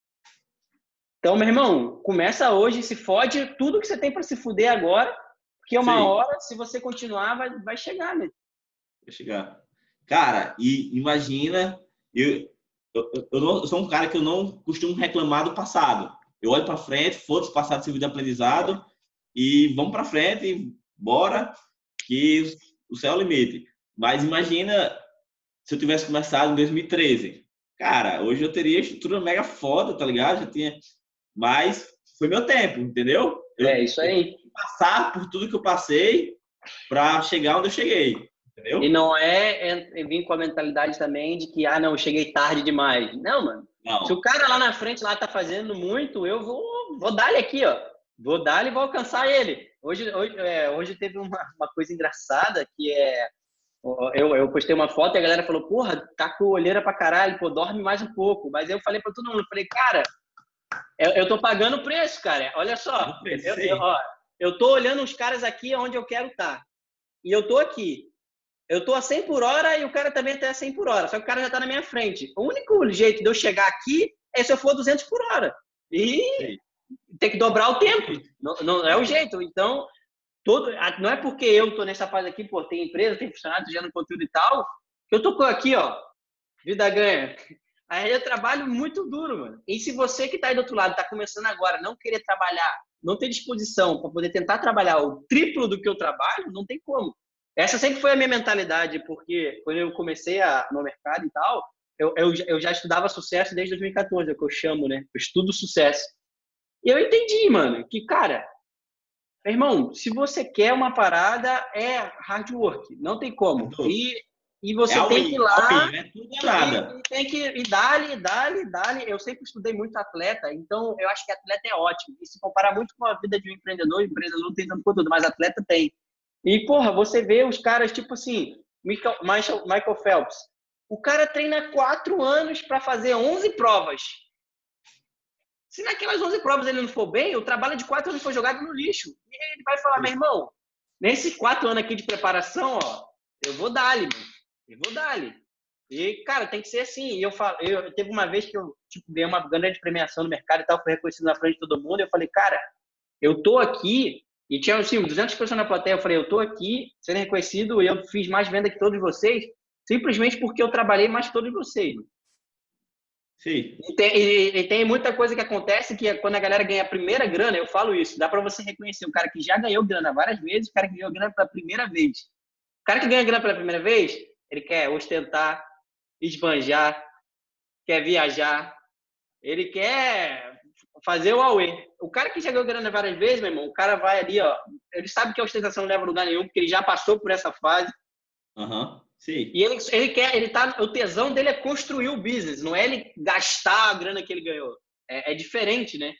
Então, meu irmão, começa hoje, se fode tudo que você tem para se fuder agora, porque uma
Sim.
hora, se você continuar, vai, vai chegar, né?
Vai chegar. Cara, e imagina, eu, eu, eu, não, eu sou um cara que eu não costumo reclamar do passado. Eu olho para frente, foda-se o passado serviu de aprendizado e vamos para frente, bora, que o céu é o limite. Mas imagina se eu tivesse começado em dois mil e treze. Cara, hoje eu teria estrutura mega foda, tá ligado? Já tinha... Mas foi meu tempo, entendeu? Eu,
É isso aí.
eu tive que passar por tudo que eu passei para chegar onde eu cheguei. Entendeu?
E não é, é, é vir com a mentalidade também de que, ah, não, cheguei tarde demais. Não, mano.
Não.
Se o cara lá na frente lá tá fazendo muito, eu vou, vou dar ele aqui, ó. Vou dar ele e vou alcançar ele. Hoje, hoje, é, hoje teve uma, uma coisa engraçada que é... Eu, eu postei uma foto e a galera falou, porra, tá com olheira pra caralho, pô, dorme mais um pouco. Mas eu falei pra todo mundo, eu falei, cara, eu, eu tô pagando o preço, cara. Olha só, eu, eu, ó, eu tô olhando os caras aqui onde eu quero estar. E eu tô aqui. Eu tô a cem por hora e o cara também tá a cem por hora. Só que o cara já tá na minha frente. O único jeito de eu chegar aqui é se eu for duzentos por hora. E Sim. tem que dobrar o tempo. Não, não é o jeito. Então, todo, não é porque eu tô nessa fase aqui, pô, tem empresa, tem funcionário, gerando conteúdo e tal, que eu tô aqui, ó, vida ganha. Aí eu trabalho muito duro, mano. E se você que tá aí do outro lado, tá começando agora, não querer trabalhar, não ter disposição para poder tentar trabalhar o triplo do que eu trabalho, não tem como. Essa sempre foi a minha mentalidade, porque quando eu comecei a, no mercado e tal, eu, eu, eu já estudava sucesso desde dois mil e quatorze, é o que eu chamo, né? Eu estudo sucesso. E eu entendi, mano, que, cara, irmão, se você quer uma parada, é hard work, não tem como. E, e você é tem que ir lá,
né? Tudo é nada.
E, e tem que ir dali, dali, dali. Eu sempre estudei muito atleta, então eu acho que atleta é ótimo. E se comparar muito com a vida de um empreendedor, o empreendedor não tem tanto conteúdo, mas atleta tem. E, porra, você vê os caras, tipo assim, Michael, Michael Phelps. O cara treina quatro anos para fazer onze provas. Se naquelas onze provas ele não for bem, o trabalho de quatro anos foi jogado no lixo. E ele vai falar, meu irmão, nesses quatro anos aqui de preparação, ó, eu vou dar-lhe, mano. E vou dar-lhe. E, cara, tem que ser assim. E eu falo, eu teve uma vez que eu tipo, ganhei uma grande premiação no mercado e tal, fui reconhecido na frente de todo mundo. E eu falei, cara, eu tô aqui. E tinha, assim, duzentas pessoas na plateia. Eu falei, eu tô aqui sendo reconhecido e eu fiz mais venda que todos vocês, simplesmente porque eu trabalhei mais que todos vocês.
Sim.
E tem, e, e tem muita coisa que acontece que quando a galera ganha a primeira grana, eu falo isso, dá para você reconhecer o cara que já ganhou grana várias vezes, o cara que ganhou grana pela primeira vez. O cara que ganha grana pela primeira vez, ele quer ostentar, esbanjar, quer viajar, ele quer fazer o auê. O cara que já ganhou grana várias vezes, meu irmão, o cara vai ali, ó, ele sabe que a ostentação não leva a lugar nenhum, porque ele já passou por essa fase.
Aham, uhum. Sim.
E ele, ele quer, ele tá, o tesão dele é construir o business, não é ele gastar a grana que ele ganhou. É, é diferente, né?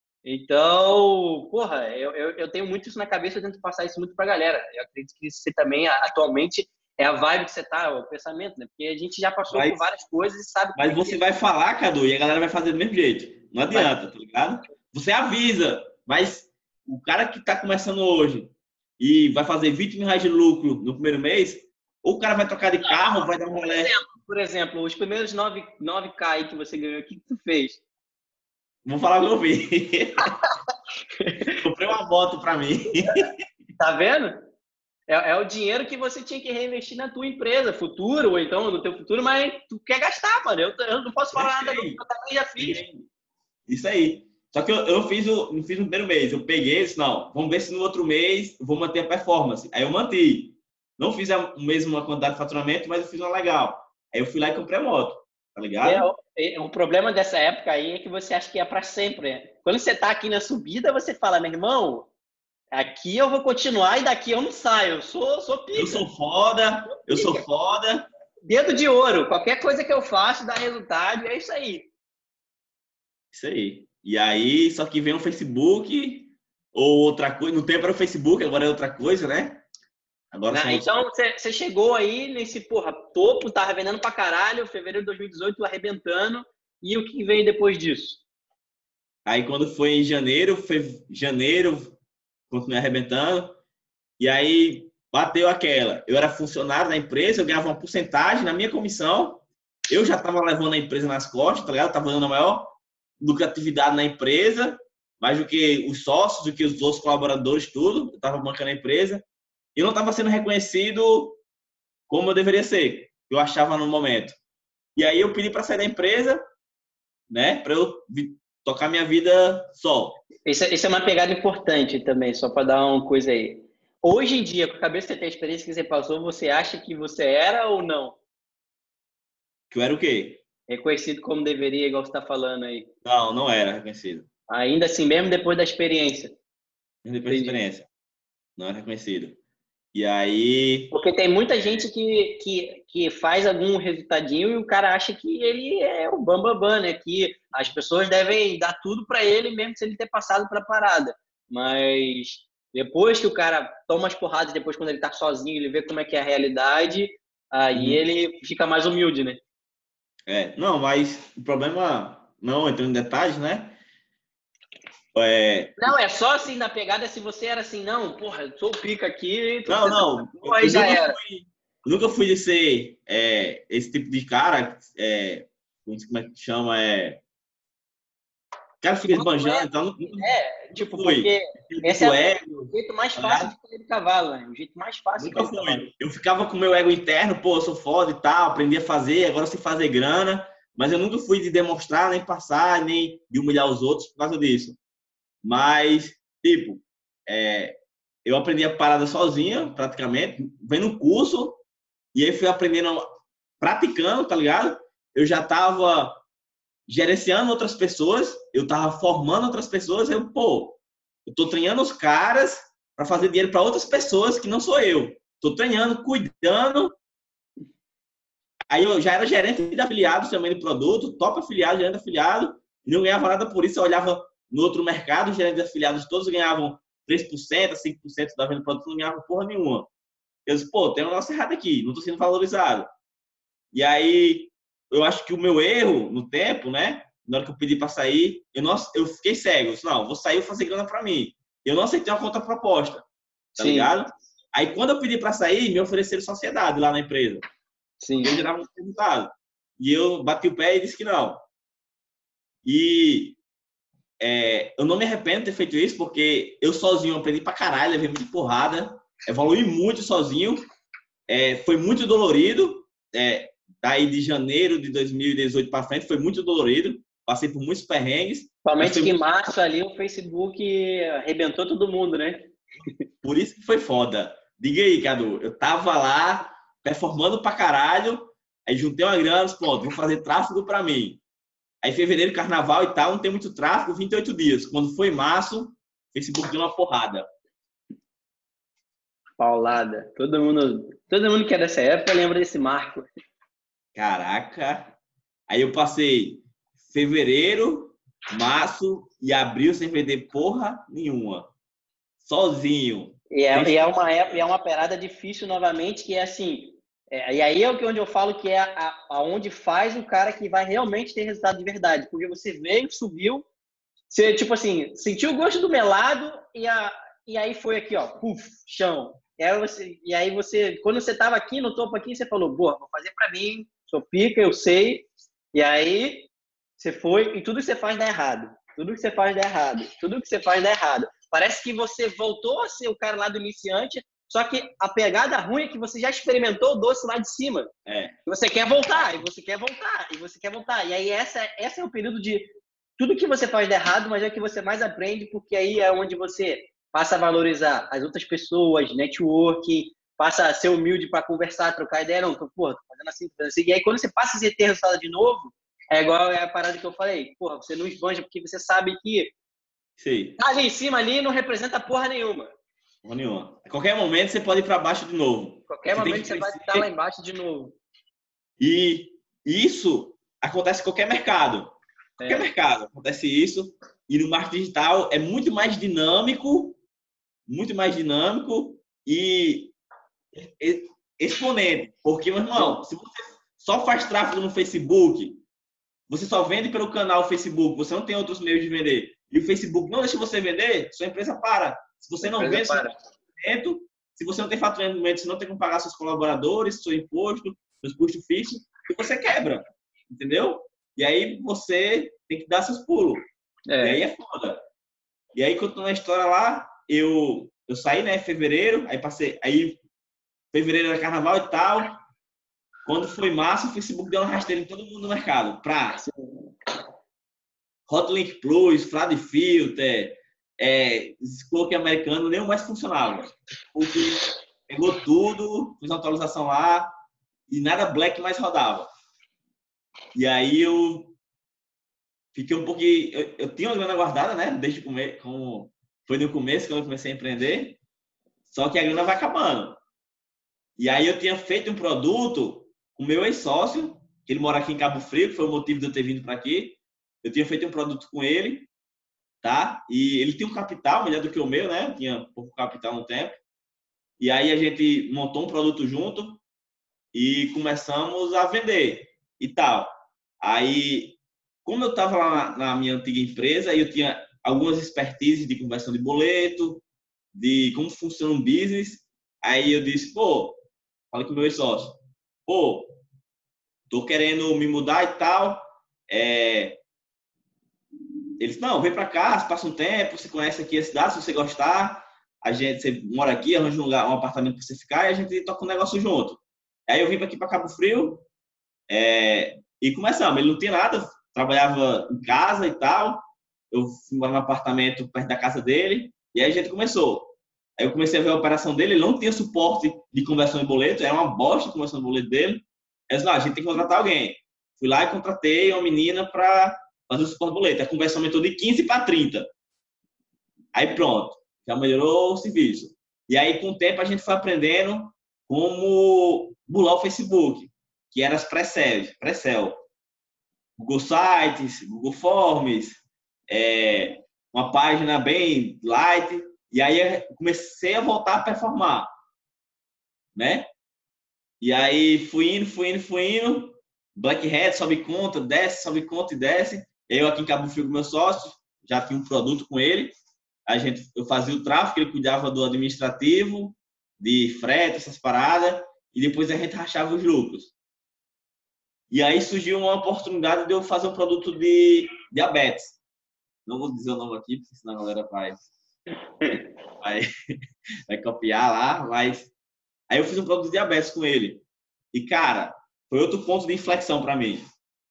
Então, porra, eu, eu, eu tenho muito isso na cabeça, eu tento passar isso muito pra galera. Eu acredito que você também, atualmente, é a vibe que você tá, o pensamento, né? Porque a gente já passou
mas,
por várias coisas e sabe...
Mas você vai falar, Cadu, e a galera vai fazer do mesmo jeito. Não adianta, tá ligado? Você avisa, mas o cara que tá começando hoje e vai fazer vinte mil reais de lucro no primeiro mês, ou o cara vai trocar de carro, vai dar um rolê.
Por exemplo, por exemplo, os primeiros nove K aí que você ganhou, o que tu fez?
Vou falar o que eu fiz. Comprei uma moto pra mim.
Tá vendo? É, é o dinheiro que você tinha que reinvestir na tua empresa, futuro, ou então no teu futuro, mas tu quer gastar, mano. Eu, eu não posso falar nada, eu também já fiz.
Isso aí. Só que eu, eu fiz o, não fiz no primeiro mês. Eu peguei e disse, não, vamos ver se no outro mês eu vou manter a performance. Aí eu mantive. Não fiz a mesma quantidade de faturamento, mas eu fiz uma legal. Aí eu fui lá e comprei a moto, tá ligado?
É, o problema dessa época aí é que você acha que é para sempre. Né? Quando você tá aqui na subida, você fala, meu irmão, aqui eu vou continuar e daqui eu não saio. Eu sou, sou pica.
Eu sou foda, eu sou foda.
Dedo de ouro. Qualquer coisa que eu faço dá resultado, é isso aí.
Isso aí. E aí, só que vem o Facebook ou outra coisa. No tempo era o Facebook, agora é outra coisa, né? Agora
Não, então, você chegou aí nesse, porra, topo, tava vendendo pra caralho, fevereiro de dois mil e dezoito, arrebentando. E o que veio depois disso?
Aí, quando foi em janeiro, foi janeiro, continuei arrebentando. E aí, bateu aquela. Eu era funcionário da empresa, eu ganhava uma porcentagem na minha comissão. Eu já tava levando a empresa nas costas, tá ligado? Eu tava dando a maior lucratividade na empresa, mais do que os sócios, do que os outros colaboradores, tudo. Eu tava bancando a empresa. E não estava sendo reconhecido como eu deveria ser, eu achava no momento. E aí eu pedi para sair da empresa, né, para eu tocar minha vida só.
Isso, isso é uma pegada importante também, só para dar uma coisa aí. Hoje em dia, com a cabeça que você tem, a experiência que você passou, você acha que você era ou não?
Que eu era o quê?
Reconhecido como deveria, igual você está falando aí.
Não, não era reconhecido.
Ainda assim, mesmo depois da experiência?
Mesmo depois da experiência. Não era reconhecido. E aí...
Porque tem muita gente que, que, que faz algum resultadinho e o cara acha que ele é o bambambam, bam, bam, né? Que as pessoas devem dar tudo para ele, mesmo sem ele ter passado para a parada. Mas depois que o cara toma as porradas, depois quando ele tá sozinho, ele vê como é que é a realidade, aí hum. ele fica mais humilde, né?
É, não, mas o problema, não entrando em detalhes, né? É...
Não, é só assim na pegada se você era assim, não, porra, eu sou o pica aqui.
Não, não,
porra, aí já era.
Fui, nunca fui de ser é, esse tipo de cara, é, não sei como é que chama, é... cara fica esbanjando, então... Nunca,
é, tipo,
fui.
Porque
tipo
esse é
ego,
o jeito mais fácil de cair do cavalo, né? O jeito mais fácil
nunca
de cair do cavalo.
Eu ficava com o meu ego interno, pô, eu sou foda e tal, aprendi a fazer, agora eu sei fazer grana, mas eu nunca fui de demonstrar, nem passar, nem de humilhar os outros por causa disso. Mas, tipo, é, eu aprendi a parada sozinha, praticamente, vendo um curso, e aí fui aprendendo, praticando, tá ligado? Eu já tava gerenciando outras pessoas, eu tava formando outras pessoas, eu, pô, eu tô treinando os caras para fazer dinheiro para outras pessoas que não sou eu. Tô treinando, cuidando. Aí eu já era gerente de afiliados também de produto, top afiliado, gerente de afiliado, não ganhava nada por isso, eu olhava no outro mercado, os gerentes de afiliados todos ganhavam três por cento, cinco por cento da venda do produto, não ganhavam porra nenhuma. Eu disse, pô, tem um negócio errado aqui, não tô sendo valorizado. E aí, eu acho que o meu erro no tempo, né, na hora que eu pedi para sair, eu, não, eu fiquei cego. Eu disse, não, vou sair e fazer grana para mim. Eu não aceitei uma contraproposta, tá Sim. ligado? Aí, quando eu pedi para sair, me ofereceram sociedade lá na empresa.
Sim.
Eu gerava um resultado. E eu bati o pé e disse que não. E é, eu não me arrependo de ter feito isso, porque eu sozinho aprendi pra caralho, levei muita porrada, evolui muito sozinho, é, foi muito dolorido, é, daí de janeiro de dois mil e dezoito para frente foi muito dolorido, passei por muitos perrengues.
Principalmente que em
muito...
março ali o Facebook arrebentou todo mundo, né?
Por isso que foi foda. Diga aí, Cadu, eu tava lá performando pra caralho, aí juntei uma grana, pronto, vou fazer tráfego pra mim. Aí fevereiro, carnaval e tal, não tem muito tráfego, vinte e oito dias. Quando foi março, Facebook deu uma porrada.
Paulada. Todo mundo, todo mundo que é dessa época lembra desse marco.
Caraca. Aí eu passei fevereiro, março e abril sem vender porra nenhuma. Sozinho.
E é, e é, uma, é, é uma parada difícil novamente, que é assim... É, e aí é onde eu falo que é a, aonde faz o cara que vai realmente ter resultado de verdade. Porque você veio, subiu, você, tipo assim, sentiu o gosto do melado e, a, e aí foi aqui, ó, puf, chão. E aí, você, e aí você, quando você tava aqui no topo aqui, você falou, boa, vou fazer pra mim, sou pica, eu sei. E aí você foi, e tudo que você faz dá errado. Tudo que você faz dá errado. Tudo que você faz dá errado. Parece que você voltou a ser o cara lá do iniciante, só que a pegada ruim é que você já experimentou o doce lá de cima.
É.
E você quer voltar, e você quer voltar, e você quer voltar. E aí essa, essa é o período de tudo que você faz de errado, mas é o que você mais aprende, porque aí é onde você passa a valorizar as outras pessoas, networking, passa a ser humilde para conversar, trocar ideia. Não, tô, porra, tô fazendo assim, tô fazendo assim. E aí quando você passa a ter resultado de novo, é igual é a parada que eu falei. Porra, você não esbanja porque você sabe que
Sim.
tá ali em cima ali não representa porra nenhuma.
Porra nenhuma. A qualquer momento você pode ir para baixo de novo.
A qualquer
você
momento você vai estar lá embaixo de novo.
E isso acontece em qualquer mercado. Qualquer é. mercado acontece isso. E no marketing digital é muito mais dinâmico, muito mais dinâmico e exponente. Porque, meu irmão, se você só faz tráfego no Facebook, você só vende pelo canal Facebook, você não tem outros meios de vender, e o Facebook não deixa você vender, sua empresa para. Se você não vende, você não tem faturamento. Se você não tem faturamento, você não tem como pagar seus colaboradores, seu imposto, seus custos fixos, e você quebra. Entendeu? E aí você tem que dar seus pulos. É. E aí é foda. E aí, continuando a história lá, eu, eu saí, né, em fevereiro, aí passei, aí fevereiro era carnaval e tal. Quando foi março, o Facebook deu uma rasteira em todo mundo no mercado. Pra Hotlink Plus, Frade Filter, é, Cloak americano, nenhum mais funcionava. Porque pegou tudo, fez uma atualização lá e nada Black mais rodava. E aí eu fiquei um pouquinho... Eu, eu tinha uma grana guardada, né? Desde o começo, como foi no começo quando eu comecei a empreender. Só que a grana vai acabando. E aí eu tinha feito um produto com o meu ex-sócio, que ele mora aqui em Cabo Frio, que foi o motivo de eu ter vindo para aqui. Eu tinha feito um produto com ele, tá? E ele tinha um capital melhor do que o meu, né? Eu tinha pouco capital no tempo. E aí a gente montou um produto junto e começamos a vender e tal. Aí, como eu estava lá na, na minha antiga empresa, eu tinha algumas expertises de conversão de boleto, de como funciona um business. Aí eu disse, pô, falei com o meu ex-sócio, pô, tô querendo me mudar e tal. É... Eles, não, vem pra cá, passa um tempo, você conhece aqui a cidade, se você gostar, a gente, você mora aqui, arranja um, lugar, um apartamento pra você ficar e a gente toca um negócio junto. Aí eu vim pra aqui pra Cabo Frio é... e começamos. Ele não tinha nada, trabalhava em casa e tal. Eu fui morar num apartamento perto da casa dele e aí a gente começou. Aí eu comecei a ver a operação dele, ele não tinha suporte de conversão de boleto, era uma bosta a conversão de boleto dele. Eu disse, não, a gente tem que contratar alguém. Fui lá e contratei uma menina para fazer o suporte de boleto. A conversão aumentou de quinze para trinta. Aí pronto, já melhorou o serviço. E aí com o tempo a gente foi aprendendo como bular o Facebook, que eram as pré-sales, pré-sell. Google Sites, Google Forms, é, uma página bem light. E aí comecei a voltar a performar, né? E aí fui indo, fui indo, fui indo. Black Hat, sobe conta, desce, sobe conta e desce. Eu aqui em Cabo Frio com meu sócio, já tinha um produto com ele. A gente, eu fazia o tráfego, ele cuidava do administrativo, de frete, essas paradas. E depois a gente rachava os lucros. E aí surgiu uma oportunidade de eu fazer um produto de diabetes. Não vou dizer o nome aqui, porque senão a galera vai, vai, vai copiar lá, mas aí eu fiz um produto de diabetes com ele. E, cara, foi outro ponto de inflexão para mim.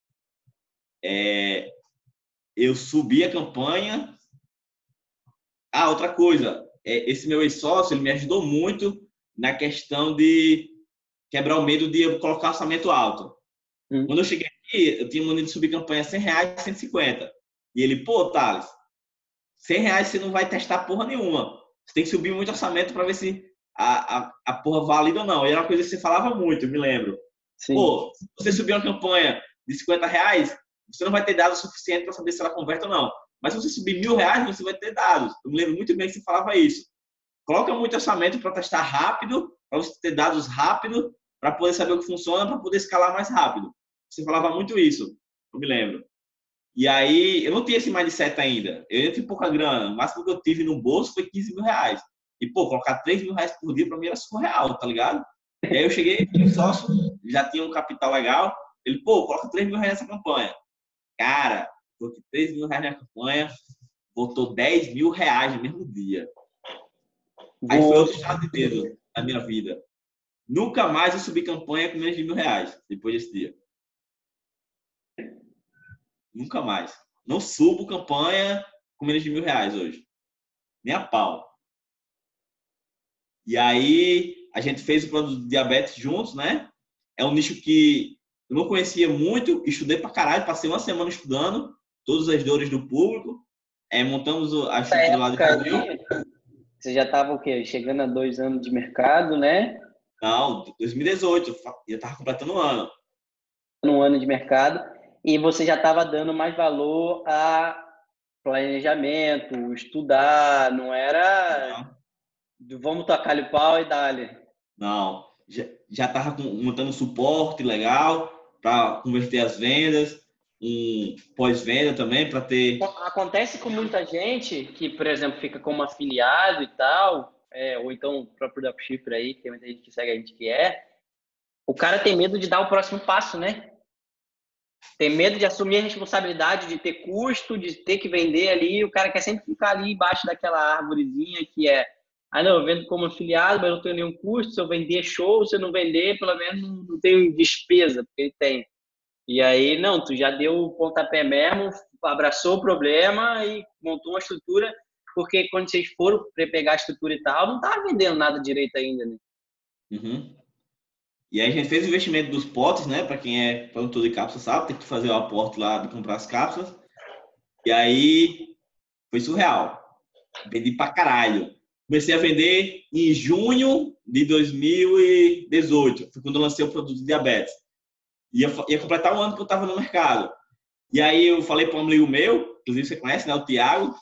É, eu subi a campanha. Ah, outra coisa, é, esse meu ex-sócio, ele me ajudou muito na questão de quebrar o medo de eu colocar orçamento alto.
Hum.
Quando eu cheguei aqui, eu tinha maneira de subir campanha cem reais, cento e cinquenta. E ele, pô, Thales, cem reais você não vai testar porra nenhuma. Você tem que subir muito orçamento para ver se a, a, a porra válida ou não. E era uma coisa que você falava muito, eu me lembro.
Sim.
Pô, se você subir uma campanha de cinquenta reais, você não vai ter dados suficientes para saber se ela converte ou não. Mas se você subir mil reais, você vai ter dados. Eu me lembro muito bem que você falava isso. Coloca muito orçamento para testar rápido, para você ter dados rápido, para poder saber o que funciona, para poder escalar mais rápido. Você falava muito isso, eu me lembro. E aí, eu não tinha esse mindset ainda. Eu ainda tinha pouca grana. O máximo que eu tive no bolso foi quinze mil reais. E, pô, colocar três mil reais por dia para mim era surreal, tá ligado? E aí eu cheguei, o sócio já tinha um capital legal. Ele, pô, coloca três mil reais nessa campanha. Cara, coloquei três mil reais na campanha, botou dez mil reais no mesmo dia. Aí foi outro estado de dedo na minha vida. Nunca mais eu subi campanha com menos de mil reais depois desse dia. Nunca mais. Não subo campanha com menos de mil reais hoje. Nem a pau. E aí, a gente fez o produto de diabetes juntos, né? É um nicho que eu não conhecia muito, estudei pra caralho, passei uma semana estudando todas as dores do público, é, montamos a estrutura lá de funil.
Você já estava o quê? Chegando a dois anos de mercado, né?
Não, dois mil e dezoito, eu já estava completando um ano.
Um ano de mercado, e você já estava dando mais valor a planejamento, estudar, não era não. Vamos tocar o pau e dá-lhe.
Não, já estava montando suporte legal para converter as vendas, um pós-venda também para ter...
Acontece com muita gente que, por exemplo, fica como afiliado e tal, é, ou então o próprio dropshipper aí, que tem muita gente que segue a gente que é, o cara tem medo de dar o próximo passo, né? Tem medo de assumir a responsabilidade de ter custo, de ter que vender ali. O cara quer sempre ficar ali embaixo daquela árvorezinha que é, ah, não, eu vendo como afiliado, mas não tenho nenhum custo. Se eu vender, show. Se eu não vender, pelo menos não tenho despesa, porque ele tem. E aí, não, tu já deu o pontapé mesmo, abraçou o problema e montou uma estrutura, porque quando vocês foram pegar a estrutura e tal, não tava vendendo nada direito ainda, né?
Uhum. E aí a gente fez o investimento dos potes, né? Para quem é produtor de cápsulas sabe, tem que fazer o aporte lá de comprar as cápsulas. E aí foi surreal. Vendi pra caralho. Comecei a vender em junho de dois mil e dezoito. Foi quando eu lancei o produto de diabetes. Ia, ia completar um ano que eu estava no mercado. E aí eu falei para um amigo meu, inclusive você conhece, né? O Thiago.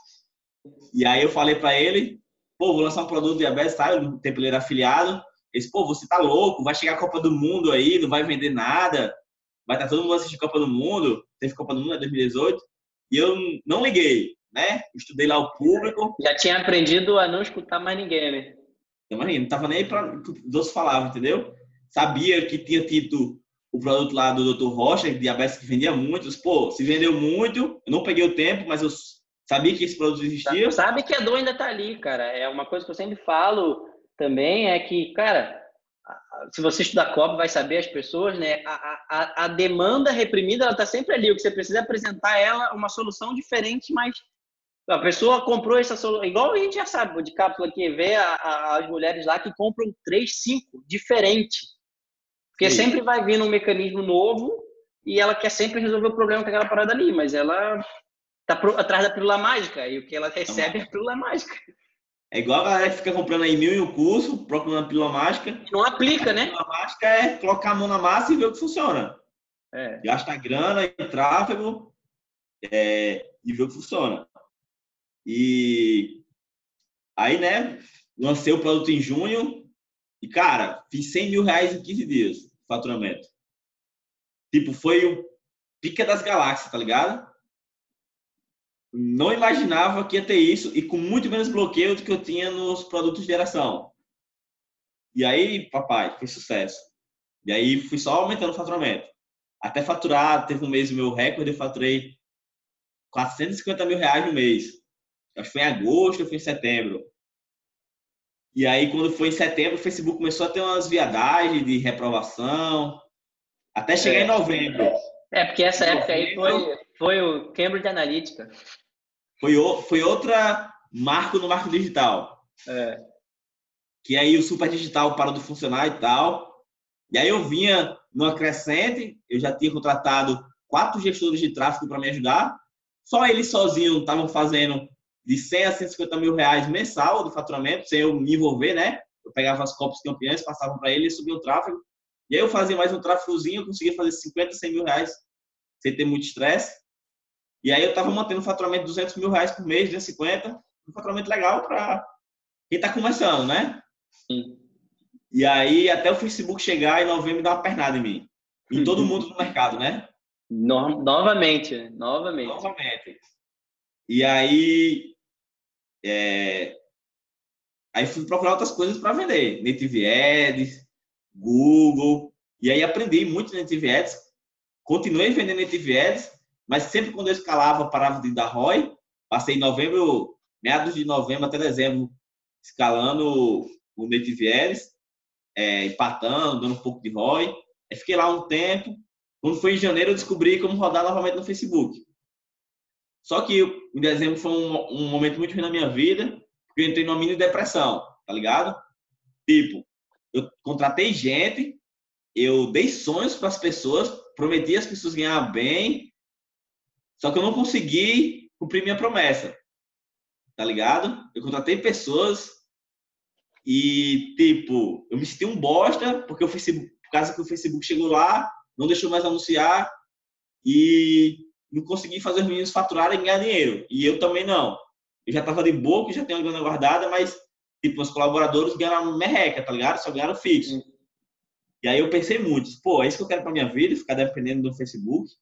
E aí eu falei para ele, pô, vou lançar um produto de diabetes, tá? No tempo ele era afiliado. Ele disse, pô, você tá louco, vai chegar a Copa do Mundo aí, não vai vender nada, vai estar todo mundo assistindo Copa do Mundo, teve Copa do Mundo em dois mil e dezoito, e eu não liguei, né? Estudei lá o público.
Já tinha aprendido a não escutar mais ninguém, né?
Não tava nem aí para o que os outros falavam, entendeu? Sabia que tinha tido o produto lá do doutor Rocha, diabetes, que vendia muito. Pô, se vendeu muito, eu não peguei o tempo, mas eu sabia que esse produto existia.
Sabe que a dor ainda tá ali, cara. É uma coisa que eu sempre falo também, é que, cara, se você estudar C O B, vai saber as pessoas, né? A, a, a demanda reprimida, ela tá sempre ali. O que você precisa é apresentar ela uma solução diferente, mas a pessoa comprou essa solução, igual a gente já sabe, de cápsula aqui, vê a, a, as mulheres lá que compram três, cinco, diferente. Porque Sim. sempre vai vir um mecanismo novo e ela quer sempre resolver o problema com aquela parada ali, mas ela tá pro, atrás da pílula mágica e o que ela recebe é a pílula mágica.
É igual a galera que fica comprando aí mil em um curso, procurando a pílula mágica.
Não aplica, né?
A pílula mágica é colocar a mão na massa e ver o que funciona. É. Gasta grana e tráfego é, e ver o que funciona. E aí, né, lancei o produto em junho e, cara, fiz cem mil reais em quinze dias de faturamento. Tipo, foi o pica das galáxias, tá ligado? Não imaginava que ia ter isso e com muito menos bloqueio do que eu tinha nos produtos de geração. E aí, papai, foi sucesso. E aí, fui só aumentando o faturamento. até faturar, teve um mês o meu recorde, eu faturei quatrocentos e cinquenta mil reais no mês. Acho que foi em agosto, foi em setembro. E aí, quando foi em setembro, o Facebook começou a ter umas viadagens de reprovação, até chegar em
É,
novembro.
é porque essa
Em
época aí
novembro,
foi, foi o Cambridge Analytica.
foi, o, foi outra marco no marco digital.
É.
Que aí o super digital parou de funcionar e tal. E aí eu vinha numa crescente, eu já tinha contratado quatro gestores de tráfego para me ajudar. Só eles sozinhos estavam fazendo de cem a cento e cinquenta mil reais mensal de faturamento, sem eu me envolver, né? Eu pegava as copies campeãs, passava para eles, subia o tráfego. E aí eu fazia mais um tráfegozinho, eu conseguia fazer cinquenta, cem mil reais sem ter muito estresse. E aí eu estava mantendo um faturamento de duzentos mil reais por mês, duzentos e cinquenta, um faturamento legal para quem está começando, né?
Sim.
E aí, até o Facebook chegar em novembro e dar uma pernada em mim. Em todo mundo no mercado, né?
No, novamente, novamente.
Novamente. E aí, é... aí fui procurar outras coisas para vender. Native Ads, Google. E aí aprendi muito Native Ads. Continuei vendendo Native Ads, mas sempre quando eu escalava, parava de dar R O I. Passei novembro, meados de novembro até dezembro, escalando o Native Ads. É, empatando, dando um pouco de R O I. Aí fiquei lá um tempo. Quando foi em janeiro, eu descobri como rodar novamente no Facebook. Só que em dezembro foi um, um momento muito ruim na minha vida, porque eu entrei numa mini depressão, tá ligado? Tipo, eu contratei gente, eu dei sonhos para as pessoas, prometi às pessoas ganhar bem, só que eu não consegui cumprir minha promessa, tá ligado? Eu contratei pessoas e, tipo, eu me senti um bosta, porque o Facebook, por causa que o Facebook chegou lá, não deixou mais anunciar e não consegui fazer os meninos faturarem e ganhar dinheiro. E eu também não. Eu já tava de boa, que já tenho uma grana guardada, mas, tipo, os colaboradores ganharam merreca, tá ligado? Só ganharam fixo.
Sim.
E aí eu pensei muito, pô, é isso que eu quero pra minha vida, ficar dependendo do Facebook.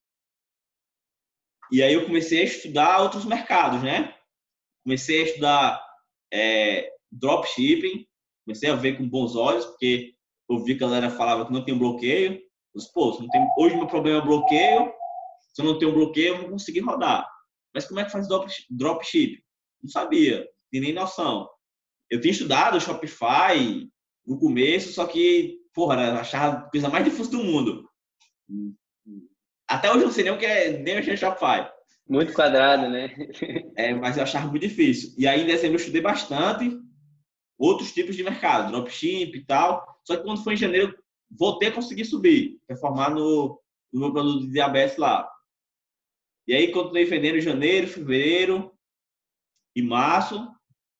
E aí eu comecei a estudar outros mercados, né? Comecei a estudar é, dropshipping, comecei a ver com bons olhos, porque eu vi que a galera falava que não tem bloqueio. Eu disse, pô, não tem... hoje meu problema é bloqueio, se eu não tenho bloqueio, eu não consegui rodar. Mas como é que faz dropshipping? Não sabia, não tinha nem noção. Eu tinha estudado Shopify no começo, só que, porra, eu achava a coisa mais difícil do mundo. Até hoje eu não sei nem o que é, nem mexer no Shopify.
Muito quadrado, né?
É, mas eu achava muito difícil. E aí, em dezembro, eu estudei bastante outros tipos de mercado, dropship e tal. Só que quando foi em janeiro, voltei a conseguir subir, performar no, no meu produto de diabetes lá. E aí, continuei vendendo em janeiro, fevereiro e março.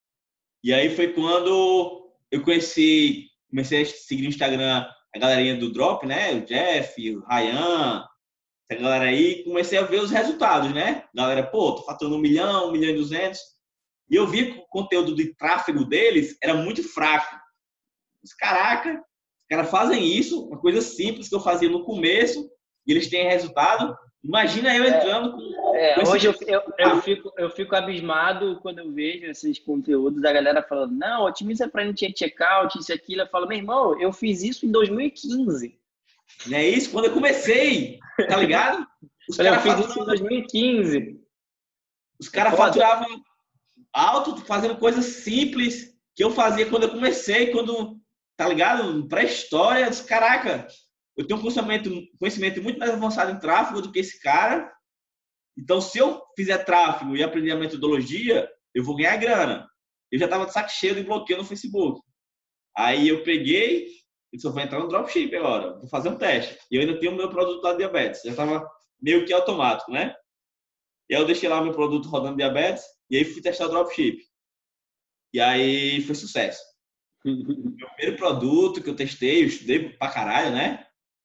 E aí foi quando eu conheci, comecei a seguir no Instagram a galerinha do Drop, né? O Jeff, o Ryan, essa galera aí. Comecei a ver os resultados, né? Galera, pô, tô faturando um milhão, um milhão e duzentos. E eu vi que o conteúdo de tráfego deles era muito fraco. Mas, caraca, os caras fazem isso, uma coisa simples que eu fazia no começo, e eles têm resultado. Imagina eu entrando com,
É,
com esse...
hoje eu, eu, eu, fico, eu fico abismado quando eu vejo esses conteúdos da galera falando, não, otimiza para gente checkout, isso e aquilo. Eu falo, meu irmão, eu fiz isso em dois mil e quinze.
Não é isso? Quando eu comecei, tá ligado? Os
Eu
caras
fiz isso em
faturavam,
dois mil e quinze.
os
É
caras
foda.
faturavam alto, fazendo coisas simples que eu fazia quando eu comecei, quando, tá ligado? Pré-história, disse, caraca, eu tenho um conhecimento, conhecimento muito mais avançado em tráfego do que esse cara. Então, se eu fizer tráfego e aprender a metodologia, eu vou ganhar grana. Eu já estava de saco cheio de bloqueio no Facebook. Aí eu peguei e disse, eu vou entrar no dropship agora, vou fazer um teste. E eu ainda tenho o meu produto lá de diabetes, já estava meio que automático, né? E aí eu deixei lá o meu produto rodando diabetes e aí fui testar o dropship. E aí foi sucesso. Meu primeiro produto que eu testei, eu estudei pra caralho, né?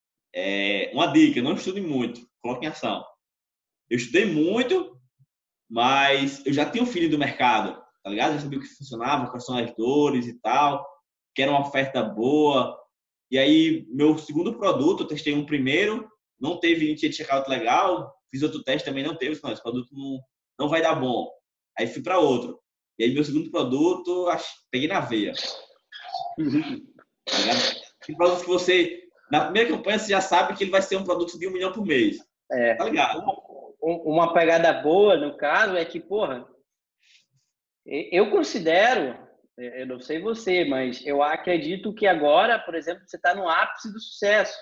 É uma dica, não estude muito, coloque em ação. Eu estudei muito, mas eu já tinha um feeling do mercado, tá ligado? Já sabia o que funcionava, quais são as dores e tal, que era uma oferta boa. E aí, meu segundo produto, eu testei um primeiro, não teve initiate checkout legal, fiz outro teste também, não teve, não, esse produto não, não vai dar bom. Aí fui para outro. E aí, meu segundo produto, peguei na veia. Tá ligado? Tem produtos que você Na primeira campanha, você já sabe que ele vai ser um produto de um milhão por mês.
É.
Tá ligado?
Uma pegada boa, no caso, é que, porra, eu considero, eu não sei você, mas eu acredito que agora, por exemplo, você está no ápice do sucesso.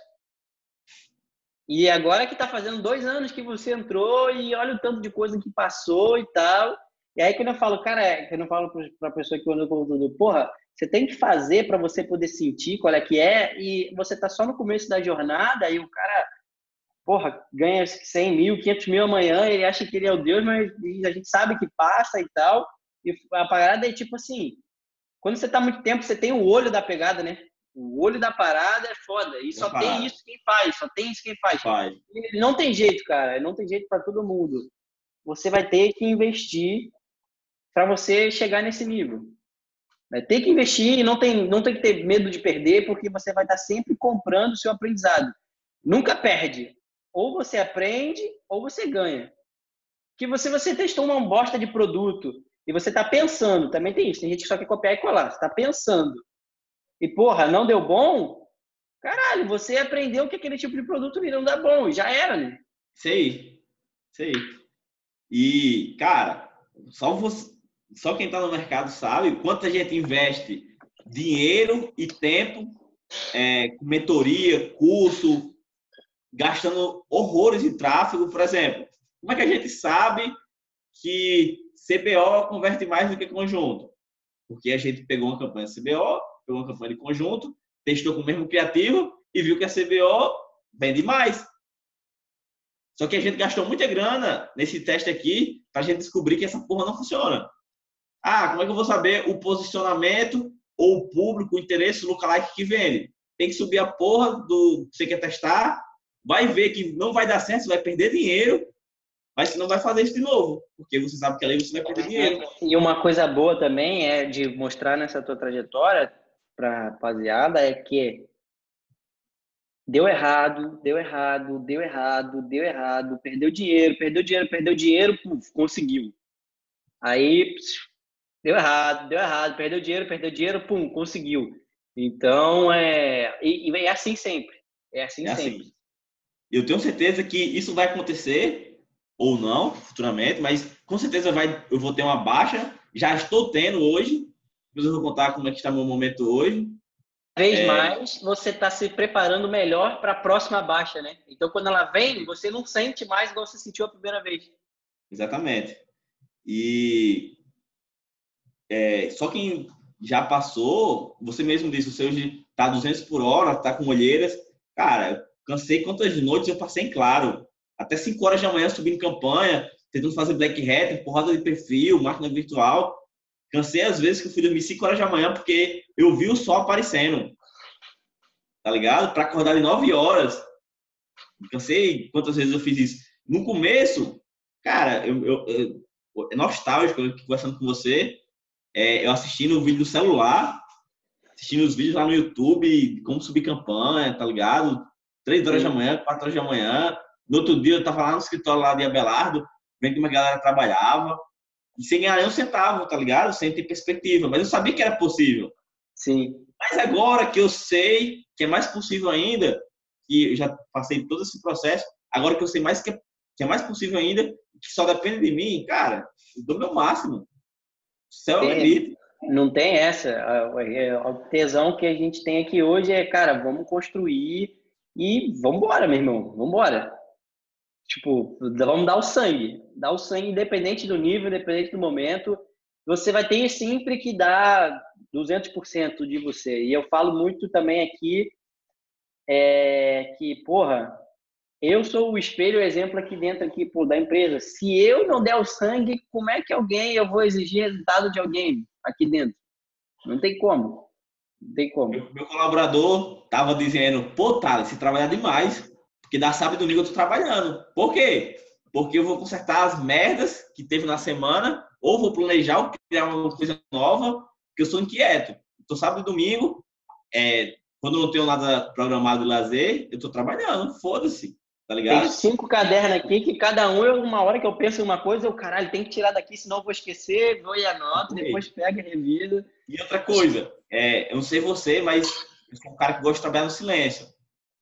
E agora que está fazendo dois anos que você entrou e olha o tanto de coisa que passou e tal. E aí quando eu falo, cara, quando eu falo para a pessoa que anda com tudo, porra, você tem que fazer para você poder sentir qual é que é, e você tá só no começo da jornada e o cara, porra, ganha cem mil, quinhentos mil amanhã, ele acha que ele é o Deus, mas a gente sabe que passa e tal. E a parada é tipo assim, quando você tá muito tempo, você tem o olho da pegada, né? O olho da parada é foda. E só tem isso quem faz, só tem isso quem faz.
Faz.
Não tem jeito, cara. Não tem jeito para todo mundo. Você vai ter que investir para você chegar nesse nível. Vai ter que investir e não tem, não tem que ter medo de perder, porque você vai estar sempre comprando o seu aprendizado. Nunca perde. Ou você aprende, ou você ganha. Que você, você testou uma bosta de produto e você está pensando, também tem isso. Tem gente que só quer copiar e colar. Você está pensando. E, porra, não deu bom? Caralho, você aprendeu que aquele tipo de produto não dá bom. E já era, né?
Sei. Sei. E, cara, só, você, só quem tá no mercado sabe quanta gente investe dinheiro e tempo é, com mentoria, curso, gastando horrores de tráfego, por exemplo. Como é que a gente sabe que C B O converte mais do que conjunto? Porque a gente pegou uma campanha C B O, pegou uma campanha de conjunto, testou com o mesmo criativo e viu que a C B O vende mais. Só que a gente gastou muita grana nesse teste aqui para a gente descobrir que essa porra não funciona. Ah, como é que eu vou saber o posicionamento ou o público, o interesse, o lookalike que vende? Tem que subir a porra do que você quer testar, vai ver que não vai dar certo, você vai perder dinheiro, mas você não vai fazer isso de novo, porque você sabe que ali você vai perder dinheiro.
E uma coisa boa também é de mostrar nessa tua trajetória para rapaziada é que deu errado, deu errado, deu errado, deu errado, perdeu dinheiro, perdeu dinheiro, perdeu dinheiro, puf, conseguiu. Aí deu errado, deu errado, perdeu dinheiro, perdeu dinheiro, pum, conseguiu. Então, é, e, e é assim sempre. É assim
É
sempre.
assim. Eu tenho certeza que isso vai acontecer, ou não, futuramente, mas com certeza vai, eu vou ter uma baixa. Já estou tendo hoje. Depois eu vou contar como é que está meu momento hoje.
Cada vez é... mais você está se preparando melhor para a próxima baixa, né? Então, quando ela vem, você não sente mais igual você sentiu a primeira vez.
Exatamente. E é, só quem já passou, você mesmo disse, você hoje está duzentos por hora, está com olheiras. Cara, eu cansei quantas noites eu passei em claro. Até cinco horas da manhã subindo campanha, tentando fazer black hat, porrada de perfil, máquina virtual. Cansei às vezes que eu fui dormir cinco horas da manhã porque eu vi o sol aparecendo. Tá ligado? Para acordar de nove horas. Cansei quantas vezes eu fiz isso. No começo, cara, eu, eu, eu, é nostálgico eu conversando com você. É, eu assistindo o vídeo do celular, assistindo os vídeos lá no YouTube, como subir campanha, tá ligado? Três horas Sim. da manhã, quatro horas da manhã. No outro dia eu tava lá no escritório lá de Abelardo, vendo que uma galera trabalhava, e sem ganhar nem um centavo, tá ligado? Sem ter perspectiva. Mas eu sabia que era possível.
Sim.
Mas agora que eu sei que é mais possível ainda, que eu já passei todo esse processo, agora que eu sei mais que é, que é mais possível ainda, que só depende de mim, cara, eu dou meu máximo. Céu é limite.
Não tem essa. O tesão que a gente tem aqui hoje é, cara, vamos construir e vamos embora, meu irmão. Vamos embora. Tipo, vamos dar o sangue. Dar o sangue independente do nível, independente do momento. Você vai ter sempre que dar duzentos por cento de você. E eu falo muito também aqui é, que, porra, eu sou o espelho, o exemplo aqui dentro aqui, pô, da empresa. Se eu não der o sangue, como é que alguém, eu vou exigir resultado de alguém aqui dentro? Não tem como. Não tem como.
Meu, meu colaborador tava dizendo, pô, Thales, se trabalhar demais, porque dá sábado e domingo eu tô trabalhando. Por quê? Porque eu vou consertar as merdas que teve na semana, ou vou planejar ou criar uma coisa nova, porque eu sou inquieto. Então, sábado e domingo, é, quando eu não tenho nada programado de lazer, eu tô trabalhando, foda-se. Tá ligado?
Tem cinco cadernos aqui que cada um, eu, uma hora que eu penso em uma coisa, eu, caralho, tem que tirar daqui, senão eu vou esquecer, vou e anoto, depois pega e revisa.
E outra coisa, é, eu não sei você, mas eu sou um cara que gosta de trabalhar no silêncio.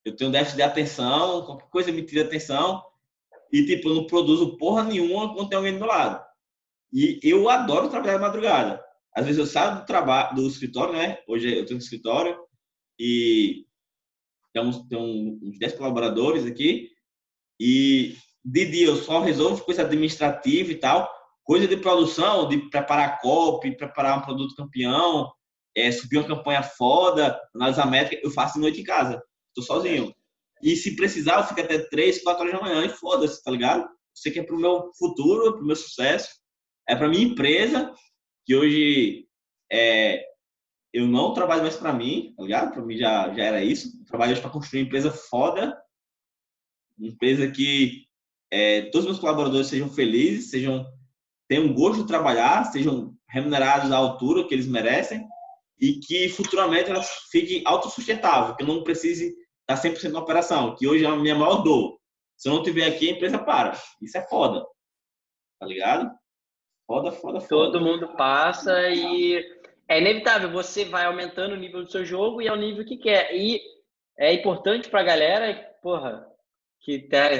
eu tenho déficit de atenção, qualquer coisa me tira atenção. E, tipo, eu não produzo porra nenhuma quando tem alguém do meu lado. E eu adoro trabalhar de madrugada. Às vezes eu saio do trabalho, do escritório, né? Hoje eu tenho um escritório e tem uns, tem uns dez colaboradores aqui. E de dia eu só resolvo coisa administrativa e tal. Coisa de produção, de preparar copy, preparar um produto campeão, é, subir uma campanha foda, analisar métrica, eu faço de noite em casa. Estou sozinho. E se precisar, eu fico até três, quatro horas da manhã e foda-se, tá ligado? Isso aqui é pro meu futuro, pro meu sucesso. É pra minha empresa, que hoje é, eu não trabalho mais pra mim, tá ligado? Pra mim já, já era isso. Eu trabalho hoje pra construir uma empresa foda. Uma empresa que é, todos os meus colaboradores sejam felizes, sejam, tenham um gosto de trabalhar, sejam remunerados à altura que eles merecem e que futuramente elas fiquem autossustentáveis, que eu não precise estar cem por cento na operação, que hoje é a minha maior dor. Se eu não tiver aqui, a empresa para. Isso é foda. Tá ligado? Foda, foda, foda.
Todo mundo passa e é inevitável. Você vai aumentando o nível do seu jogo e é o nível que quer. E é importante pra galera, porra, que tá...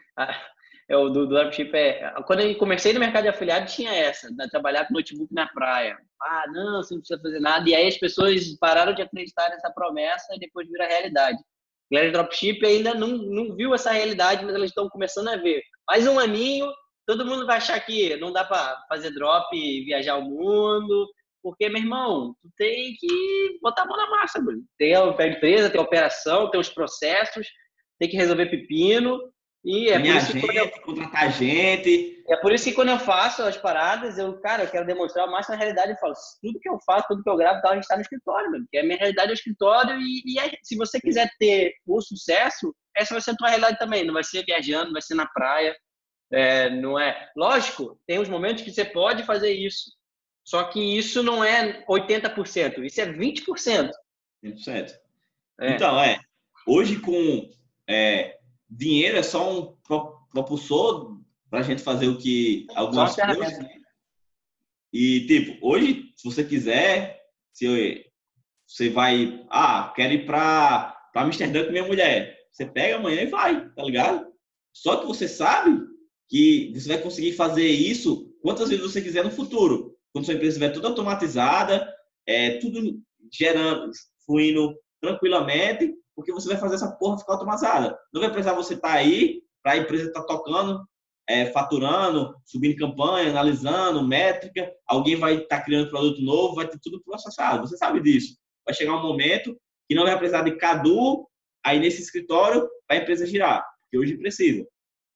É o do, do dropship é... Quando eu comecei no mercado de afiliado, tinha essa, de trabalhar com notebook na praia. Ah, não, você não precisa fazer nada. E aí as pessoas pararam de acreditar nessa promessa e depois vira realidade. A galera de dropship ainda não, não viu essa realidade, mas elas estão começando a ver. Mais um aninho, todo mundo vai achar que não dá para fazer drop e viajar o mundo. Porque, meu irmão, tu tem que botar a mão na massa, mano. Tem a empresa, tem a operação, tem os processos, tem que resolver pepino. E é por,
Minha
isso que
gente,
eu,
contratar gente.
é por isso que quando eu faço as paradas, eu, cara, eu quero demonstrar o máximo da realidade. Eu falo, tudo que eu faço, tudo que eu gravo, tal, a gente está no escritório, mano. Que a minha realidade é o escritório e, e é, se você quiser ter o sucesso, essa vai ser a tua realidade também. Não vai ser viajando, não vai ser na praia. É, não é. Lógico, tem uns momentos que você pode fazer isso. Só que isso não é oitenta por cento, isso é vinte por cento.
vinte por cento.
É.
Então, é. Hoje, com é, dinheiro, é só um propulsor para a gente fazer o que algumas coisas. Né? E, tipo, hoje, se você quiser, se você vai. Ah, quero ir para Amsterdã com minha mulher. Você pega amanhã e vai, tá ligado? Só que você sabe que você vai conseguir fazer isso quantas vezes você quiser no futuro. Quando sua empresa estiver toda automatizada, é, tudo gerando, fluindo tranquilamente, porque você vai fazer essa porra ficar automatizada. Não vai precisar você estar tá aí para a empresa estar tá tocando, é, faturando, subindo campanha, analisando, métrica. Alguém vai estar tá criando produto novo, vai ter tudo processado. Você sabe disso. Vai chegar um momento que não vai precisar de Cadu aí nesse escritório para a empresa girar, porque hoje precisa.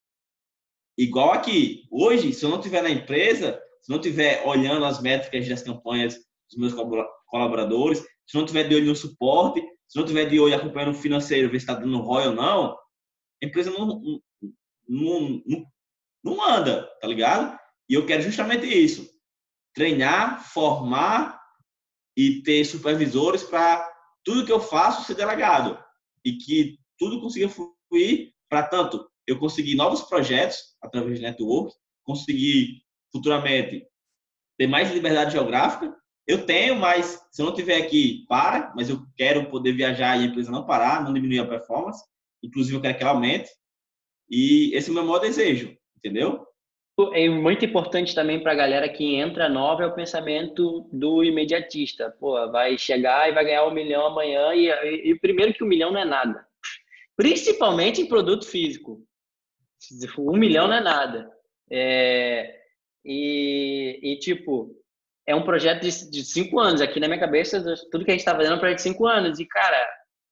Igual aqui. Hoje, se eu não estiver na empresa, se não estiver olhando as métricas das campanhas dos meus colaboradores, se não estiver de olho no suporte, se não estiver de olho acompanhando o financeiro, ver se está dando R O I ou não, a empresa não, não, não, não anda, tá ligado? E eu quero justamente isso. Treinar, formar e ter supervisores para tudo que eu faço ser delegado. E que tudo consiga fluir para tanto eu conseguir novos projetos através de network, conseguir futuramente ter mais liberdade geográfica. Eu tenho, mas se eu não tiver aqui, para, mas eu quero poder viajar e a empresa não parar, não diminuir a performance. Inclusive, eu quero que ela aumente. E esse é o meu maior desejo, entendeu?
É muito importante também para a galera que entra nova é o pensamento do imediatista. Pô, vai chegar e vai ganhar um milhão amanhã e, e, e primeiro que um milhão não é nada. Principalmente em produto físico. Um milhão não é nada. É, e, e, tipo, é um projeto de, de cinco anos. Aqui na minha cabeça, tudo que a gente está fazendo é um projeto de cinco anos. E, cara,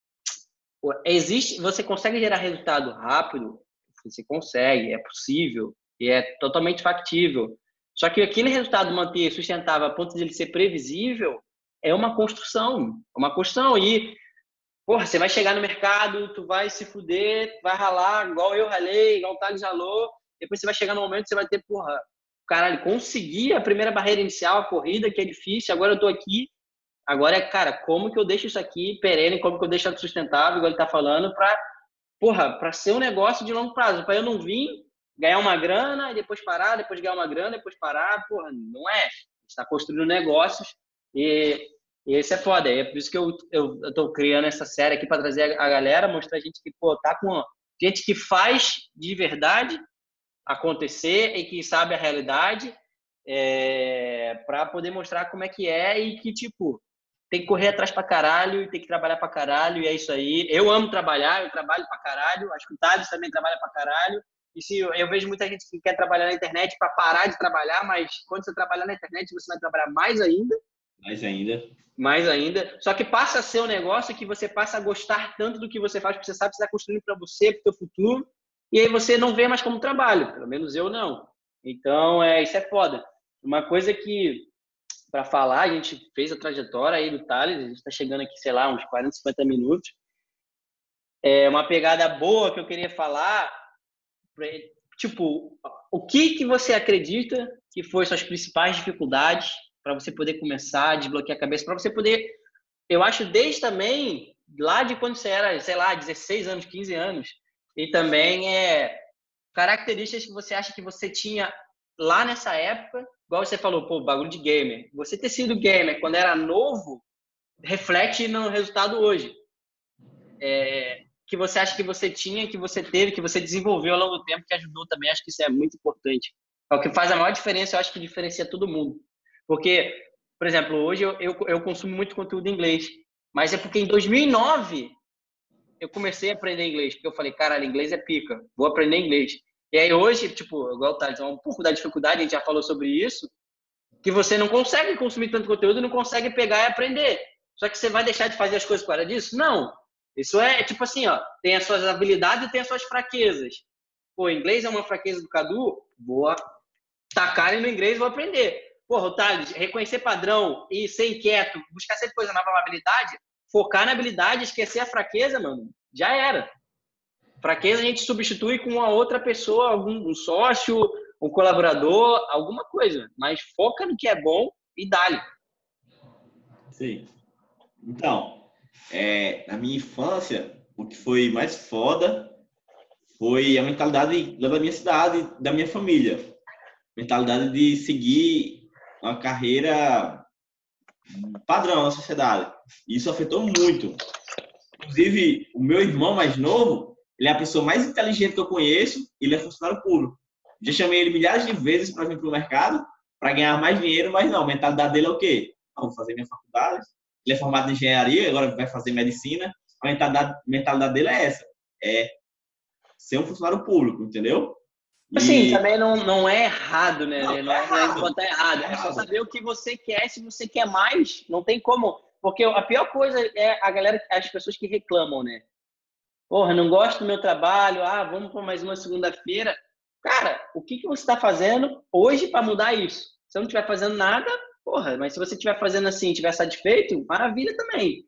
existe, você consegue gerar resultado rápido? Você consegue, é possível. E é totalmente factível. Só que aquele resultado manter sustentável a ponto de ele ser previsível é uma construção. Uma construção. E, porra, você vai chegar no mercado, tu vai se fuder, vai ralar, igual eu ralei, igual o Thales ralou. Depois você vai chegar no momento que você vai ter, porra, caralho, consegui a primeira barreira inicial, a corrida, que é difícil, agora eu tô aqui. Agora é, cara, como que eu deixo isso aqui perene, como que eu deixo isso sustentável, igual ele tá falando, pra, porra, pra ser um negócio de longo prazo, pra eu não vir ganhar uma grana e depois parar, depois ganhar uma grana, depois parar, porra, não é. A gente está construindo negócios e, E isso é foda. É por isso que eu, eu, eu tô criando essa série aqui para trazer a galera, mostrar gente que, pô, tá com gente que faz de verdade acontecer e que sabe a realidade, é, para poder mostrar como é que é e que, tipo, tem que correr atrás pra caralho e tem que trabalhar pra caralho e é isso aí. Eu amo trabalhar, eu trabalho pra caralho, acho que o Thales também trabalha pra caralho. E se eu, eu vejo muita gente que quer trabalhar na internet para parar de trabalhar, mas quando você trabalhar na internet, você vai trabalhar mais ainda.
Mais ainda.
Mais ainda. Só que passa a ser um negócio que você passa a gostar tanto do que você faz, porque você sabe que você está construindo para você, para o seu futuro, e aí você não vê mais como trabalho. Pelo menos eu não. Então, é, isso é foda. Uma coisa que, para falar, a gente fez a trajetória aí do Thales, a gente está chegando aqui, sei lá, uns quarenta, cinquenta minutos. É uma pegada boa que eu queria falar, tipo, o que, que você acredita que foram suas principais dificuldades para você poder começar a desbloquear a cabeça, para você poder, eu acho, desde também, lá de quando você era, sei lá, dezesseis anos, quinze anos, e também é características que você acha que você tinha lá nessa época, igual você falou, pô, bagulho de gamer. Você ter sido gamer quando era novo, reflete no resultado hoje. É, que você acha que você tinha, que você teve, que você desenvolveu ao longo do tempo, que ajudou também, acho que isso é muito importante. É o que faz a maior diferença, eu acho que diferencia todo mundo. Porque, por exemplo, hoje eu, eu, eu consumo muito conteúdo em inglês, mas é porque em dois mil e nove eu comecei a aprender inglês, porque eu falei, caralho, inglês é pica, vou aprender inglês. E aí hoje, tipo, igual tá, então, um pouco da dificuldade, a gente já falou sobre isso, que você não consegue consumir tanto conteúdo, não consegue pegar e aprender. Só que você vai deixar de fazer as coisas por causa disso? Não. Isso é tipo assim, ó, tem as suas habilidades e tem as suas fraquezas. Pô, inglês é uma fraqueza do Cadu, vou tacar no inglês e vou aprender. Porra, Thales, reconhecer padrão e ser inquieto, buscar sempre coisa nova, uma habilidade, focar na habilidade, esquecer a fraqueza, mano, já era. Fraqueza a gente substitui com uma outra pessoa, algum um sócio, um colaborador, alguma coisa. Mas foca no que é bom e dá-lhe.
Sim. Então, é, na minha infância, o que foi mais foda foi a mentalidade da minha cidade, da minha família. Mentalidade de seguir uma carreira padrão na sociedade. Isso afetou muito. Inclusive, o meu irmão mais novo, ele é a pessoa mais inteligente que eu conheço, ele é funcionário público. Já chamei ele milhares de vezes para vir para o mercado, para ganhar mais dinheiro, mas não, a mentalidade dele é o quê? Ah, vou fazer minha faculdade. Ele é formado em engenharia, agora vai fazer medicina. A mentalidade, a mentalidade dele é essa, é ser um funcionário público, entendeu?
Assim,
E...
também não, não é errado, né?
Não,
Não
é
é, não é
errado.
botar errado. É só saber o que você quer. Se você quer mais, não tem como. Porque a pior coisa é a galera, as pessoas que reclamam, né? Porra, não gosto do meu trabalho. Ah, vamos para mais uma segunda-feira. Cara, o que, que você está fazendo hoje para mudar isso? Se eu não estiver fazendo nada, porra, mas se você estiver fazendo assim, estiver satisfeito, maravilha também.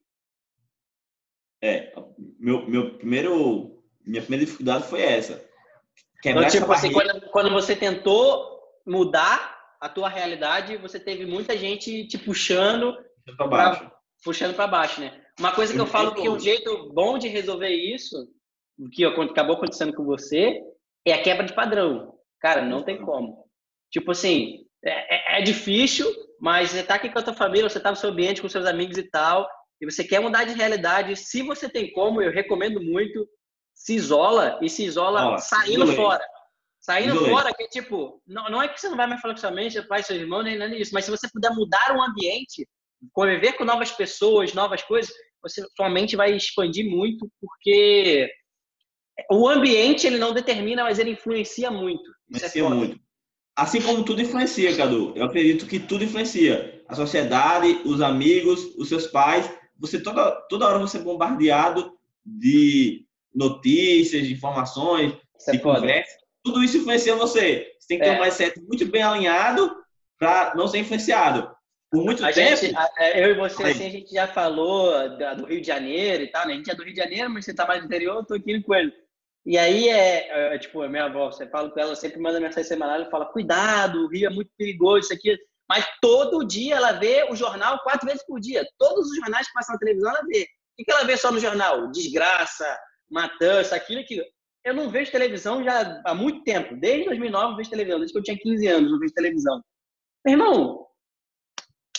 É, meu, meu primeiro, minha primeira dificuldade foi essa.
Então,
Quebrar essa
tipo assim,
barreira.
quando, quando você tentou mudar a tua realidade, você teve muita gente te puxando
Para
para
baixo.
puxando para baixo, né? Uma coisa que eu falo que é um jeito bom de resolver isso, o que acabou acontecendo com você, é a quebra de padrão. Cara, não tem como. Tipo assim, é, é, é difícil, mas você tá aqui com a tua família, você tá no seu ambiente com seus amigos e tal, e você quer mudar de realidade. Se você tem como, eu recomendo muito, se isola e se isola
Olha,
saindo
isolei.
fora. Saindo
Isolei.
fora, que tipo, não, não é que você não vai mais falar com sua mãe, seu pai, seu irmão, nem nada disso, mas se você puder mudar o ambiente, conviver com novas pessoas, novas coisas, você, sua mente vai expandir muito, porque o ambiente ele não determina, mas ele influencia muito. Isso
Influencia
é foda.
muito. Assim como tudo influencia, Cadu. Eu acredito que tudo influencia. A sociedade, os amigos, os seus pais. Você toda, toda hora você é bombardeado de notícias, de informações,
Isso
de
é foda.
conversa. Tudo isso influencia você. Você tem que ter
É.
um mindset muito bem alinhado para não ser influenciado. Por muito
A
tempo...
gente, a- eu e você,
Aí,
assim, a gente já falou da- do Rio de Janeiro e tal, né? A gente é do Rio de Janeiro, mas você tá mais no interior, eu tô aqui com ele. E aí, é, é, tipo, a minha avó, você fala com ela, sempre manda mensagem semanal, e fala, cuidado, o Rio é muito perigoso, isso aqui. Mas todo dia ela vê o jornal quatro vezes por dia. Todos os jornais que passam na televisão, ela vê. O que ela vê só no jornal? Desgraça, matança, aquilo, aquilo. Eu não vejo televisão já há muito tempo. Desde dois mil e nove eu vejo televisão. Desde que eu tinha quinze anos eu vejo televisão. Meu irmão,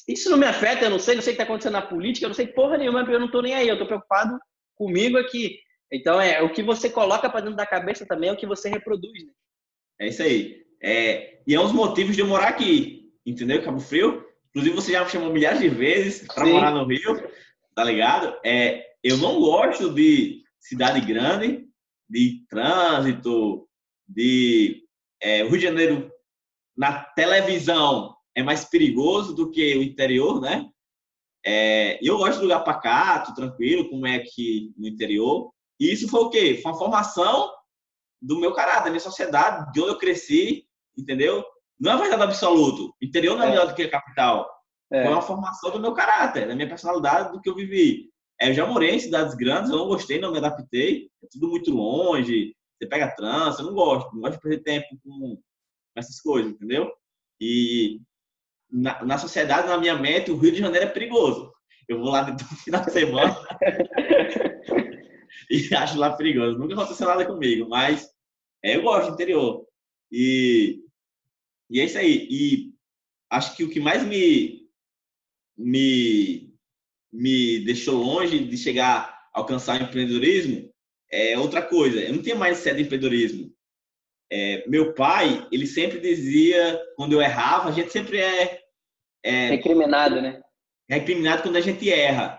Isso não me afeta, eu não sei, não sei o que está acontecendo na política, eu não sei porra nenhuma, eu não estou nem aí, eu estou preocupado comigo aqui. Então, é o que você coloca para dentro da cabeça também é o que você reproduz, né?
É isso aí. É, e é um dos motivos de eu morar aqui, entendeu? Cabo Frio. Inclusive, você já me chamou milhares de vezes para morar no Rio, tá ligado? É, eu não gosto de cidade grande, de trânsito, de... É, o Rio de Janeiro, na televisão, é mais perigoso do que o interior, né? É, eu gosto de lugar pacato, tranquilo, como é aqui no interior. E isso foi o quê? Foi uma formação do meu caráter, da minha sociedade, de onde eu cresci, entendeu? Não é verdade absoluta. O interior não é, é melhor do que a capital. É. Foi uma formação do meu caráter, da minha personalidade, do que eu vivi. É, eu já morei em cidades grandes, eu não gostei, não me adaptei. É tudo muito longe, você pega trânsito, eu não gosto. Não gosto de perder tempo com essas coisas, entendeu? E na, na sociedade, na minha mente, o Rio de Janeiro é perigoso. Eu vou lá no final de semana e acho lá perigoso. Nunca aconteceu nada comigo, mas é, eu gosto do interior. E, e é isso aí. E acho que o que mais me, me, me deixou longe de chegar a alcançar o empreendedorismo é outra coisa. Eu não tinha mais sede de empreendedorismo. É, meu pai, ele sempre dizia, quando eu errava, a gente sempre é... é
recriminado, né?
É recriminado quando a gente erra.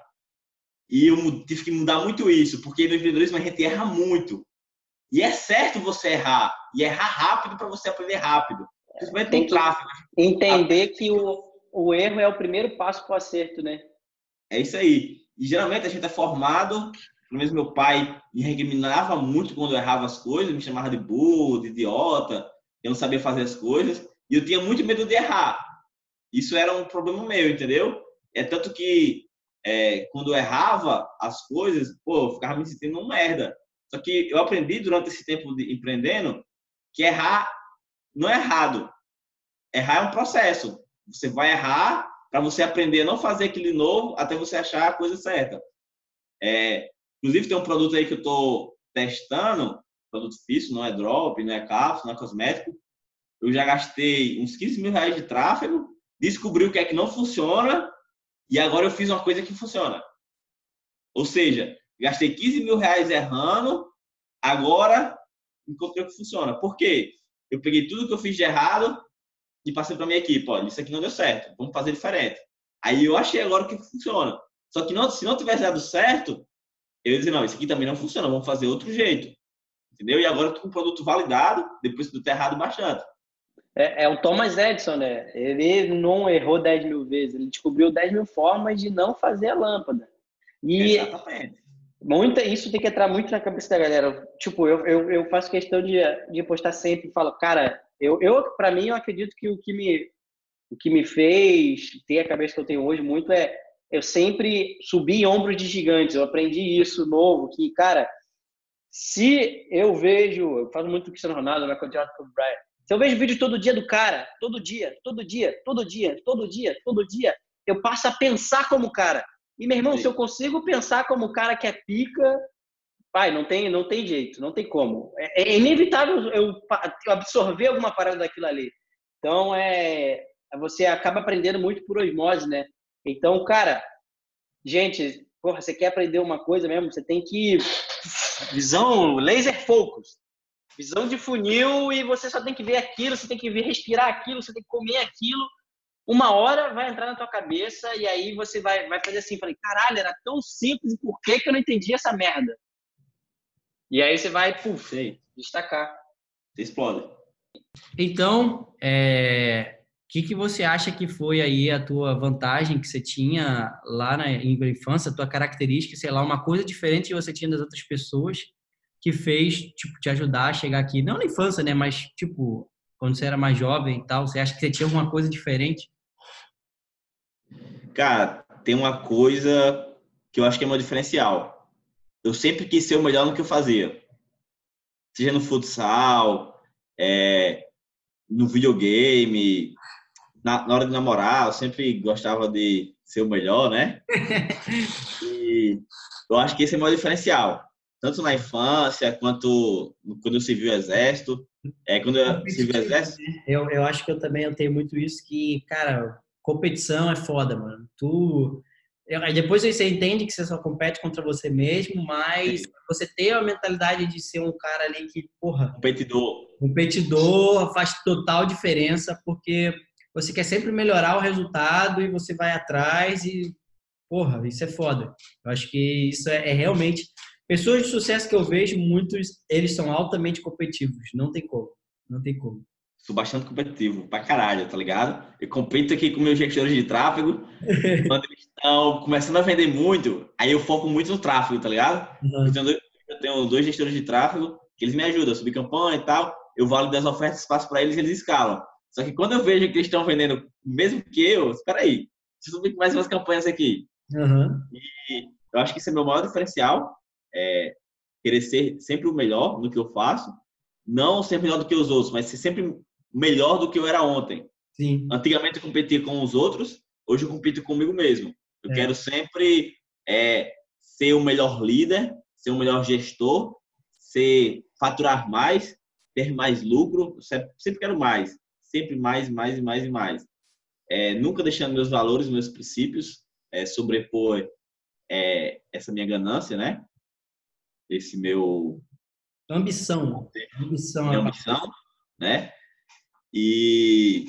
E eu tive que mudar muito isso, porque no empreendedorismo a gente erra muito. E é certo você errar. E errar rápido para você aprender rápido. Principalmente
Tem
no tráfego.
Entender que o, o erro é o primeiro passo para o acerto, né?
É isso aí. E geralmente a gente é formado, pelo menos meu pai me recriminava muito quando eu errava as coisas, me chamava de burro, de idiota, eu não sabia fazer as coisas. E eu tinha muito medo de errar. Isso era um problema meu, entendeu? É tanto que é, quando eu errava as coisas, pô, eu ficava me sentindo um merda. Só que eu aprendi durante esse tempo de empreendendo que errar não é errado. Errar é um processo. Você vai errar para você aprender a não fazer aquilo de novo até você achar a coisa certa. É, inclusive, tem um produto aí que eu estou testando, produto físico, não é drop, não é cápsula, não é cosmético. Eu já gastei uns quinze mil reais de tráfego, descobri o que é que não funciona e agora eu fiz uma coisa que funciona. Ou seja, gastei quinze mil reais errando, agora encontrei o que funciona. Por quê? Eu peguei tudo que eu fiz de errado e passei para minha equipe. Olha, isso aqui não deu certo, vamos fazer diferente. Aí eu achei agora o que funciona. Só que não, se não tivesse dado certo, eu ia dizer, não, isso aqui também não funciona, vamos fazer outro jeito. Entendeu? E agora eu tô com o produto validado, depois de ter errado bastante.
É, é o Thomas Edison, né? Ele não errou dez mil vezes, ele descobriu dez mil formas de não fazer a lâmpada. E
exatamente.
Muita, isso tem que entrar muito na cabeça da galera. Tipo, eu, eu, eu faço questão de, de postar sempre e falo, cara, eu, eu para mim, eu acredito que o que, me, o que me fez ter a cabeça que eu tenho hoje muito é eu sempre subi em ombros de gigantes. Eu aprendi isso novo, que, cara, se eu vejo, eu falo muito do Cristiano Ronaldo, na quantidade do Brian, se eu vejo vídeo todo dia do cara, todo dia, todo dia, todo dia, todo dia, todo dia, eu passo a pensar como cara. E, meu irmão, se eu consigo pensar como o cara que é pica, pai, não tem, não tem jeito, não tem como. É, é inevitável eu absorver alguma parada daquilo ali. Então, é, você acaba aprendendo muito por osmose, né? Então, cara, gente, porra, você quer aprender uma coisa mesmo, você tem que... Visão, laser focus. Visão de funil e você só tem que ver aquilo, você tem que ver, respirar aquilo, você tem que comer aquilo. Uma hora vai entrar na tua cabeça e aí você vai, vai fazer assim, falei, caralho, era tão simples e por que que eu não entendi essa merda? E aí você vai, puf, aí, destacar.
Você explode.
Então, é, o que, que você acha que foi aí a tua vantagem que você tinha lá na em infância, a tua característica, sei lá, uma coisa diferente que você tinha das outras pessoas que fez, tipo, te ajudar a chegar aqui? Não na infância, né? Mas, tipo, quando você era mais jovem e tal, você acha que você tinha alguma coisa diferente?
Cara, tem uma coisa que eu acho que é meu diferencial. Eu sempre quis ser o melhor no que eu fazia. Seja no futsal, é, no videogame, na, na hora de namorar, eu sempre gostava de ser o melhor, né? E eu acho que esse é o meu diferencial. Tanto na infância, quanto quando eu servi o exército. É, quando eu servi o exército...
Eu, eu acho que eu também eu tenho muito isso que, cara, competição é foda, mano. Tu... Aí depois você entende que você só compete contra você mesmo, mas
Sim.
você ter a mentalidade de ser um cara ali que, porra,
Competidor.
competidor faz total diferença, porque você quer sempre melhorar o resultado e você vai atrás e, porra, isso é foda. Eu acho que isso é, é realmente... Pessoas de sucesso que eu vejo, muitos, eles são altamente competitivos. Não tem como. Não tem como.
Sou bastante competitivo, pra caralho, tá ligado? Eu compito aqui com meus gestores de tráfego. Quando eles estão começando a vender muito, aí eu foco muito no tráfego, tá ligado?
Uhum.
Eu, tenho dois, eu tenho dois gestores de tráfego que eles me ajudam a subir campanha e tal. Eu valido as ofertas, passo para eles e eles escalam. Só que quando eu vejo que eles estão vendendo mesmo que eu, espera aí, deixa eu subir mais umas campanhas aqui.
Uhum.
E eu acho que esse é meu maior diferencial, é querer ser sempre o melhor no que eu faço, não ser melhor do que os outros, mas ser sempre melhor do que eu era ontem.
Sim.
Antigamente eu competia com os outros, hoje eu compito comigo mesmo. Eu
É.
quero sempre é, ser o melhor líder, ser o melhor gestor, ser, faturar mais, ter mais lucro. Eu sempre, sempre quero mais, sempre mais, mais e mais e mais. É, nunca deixando meus valores, meus princípios é, sobrepor é, essa minha ganância, né? Esse meu
Ambição. Ambição.
minha ambição, né? E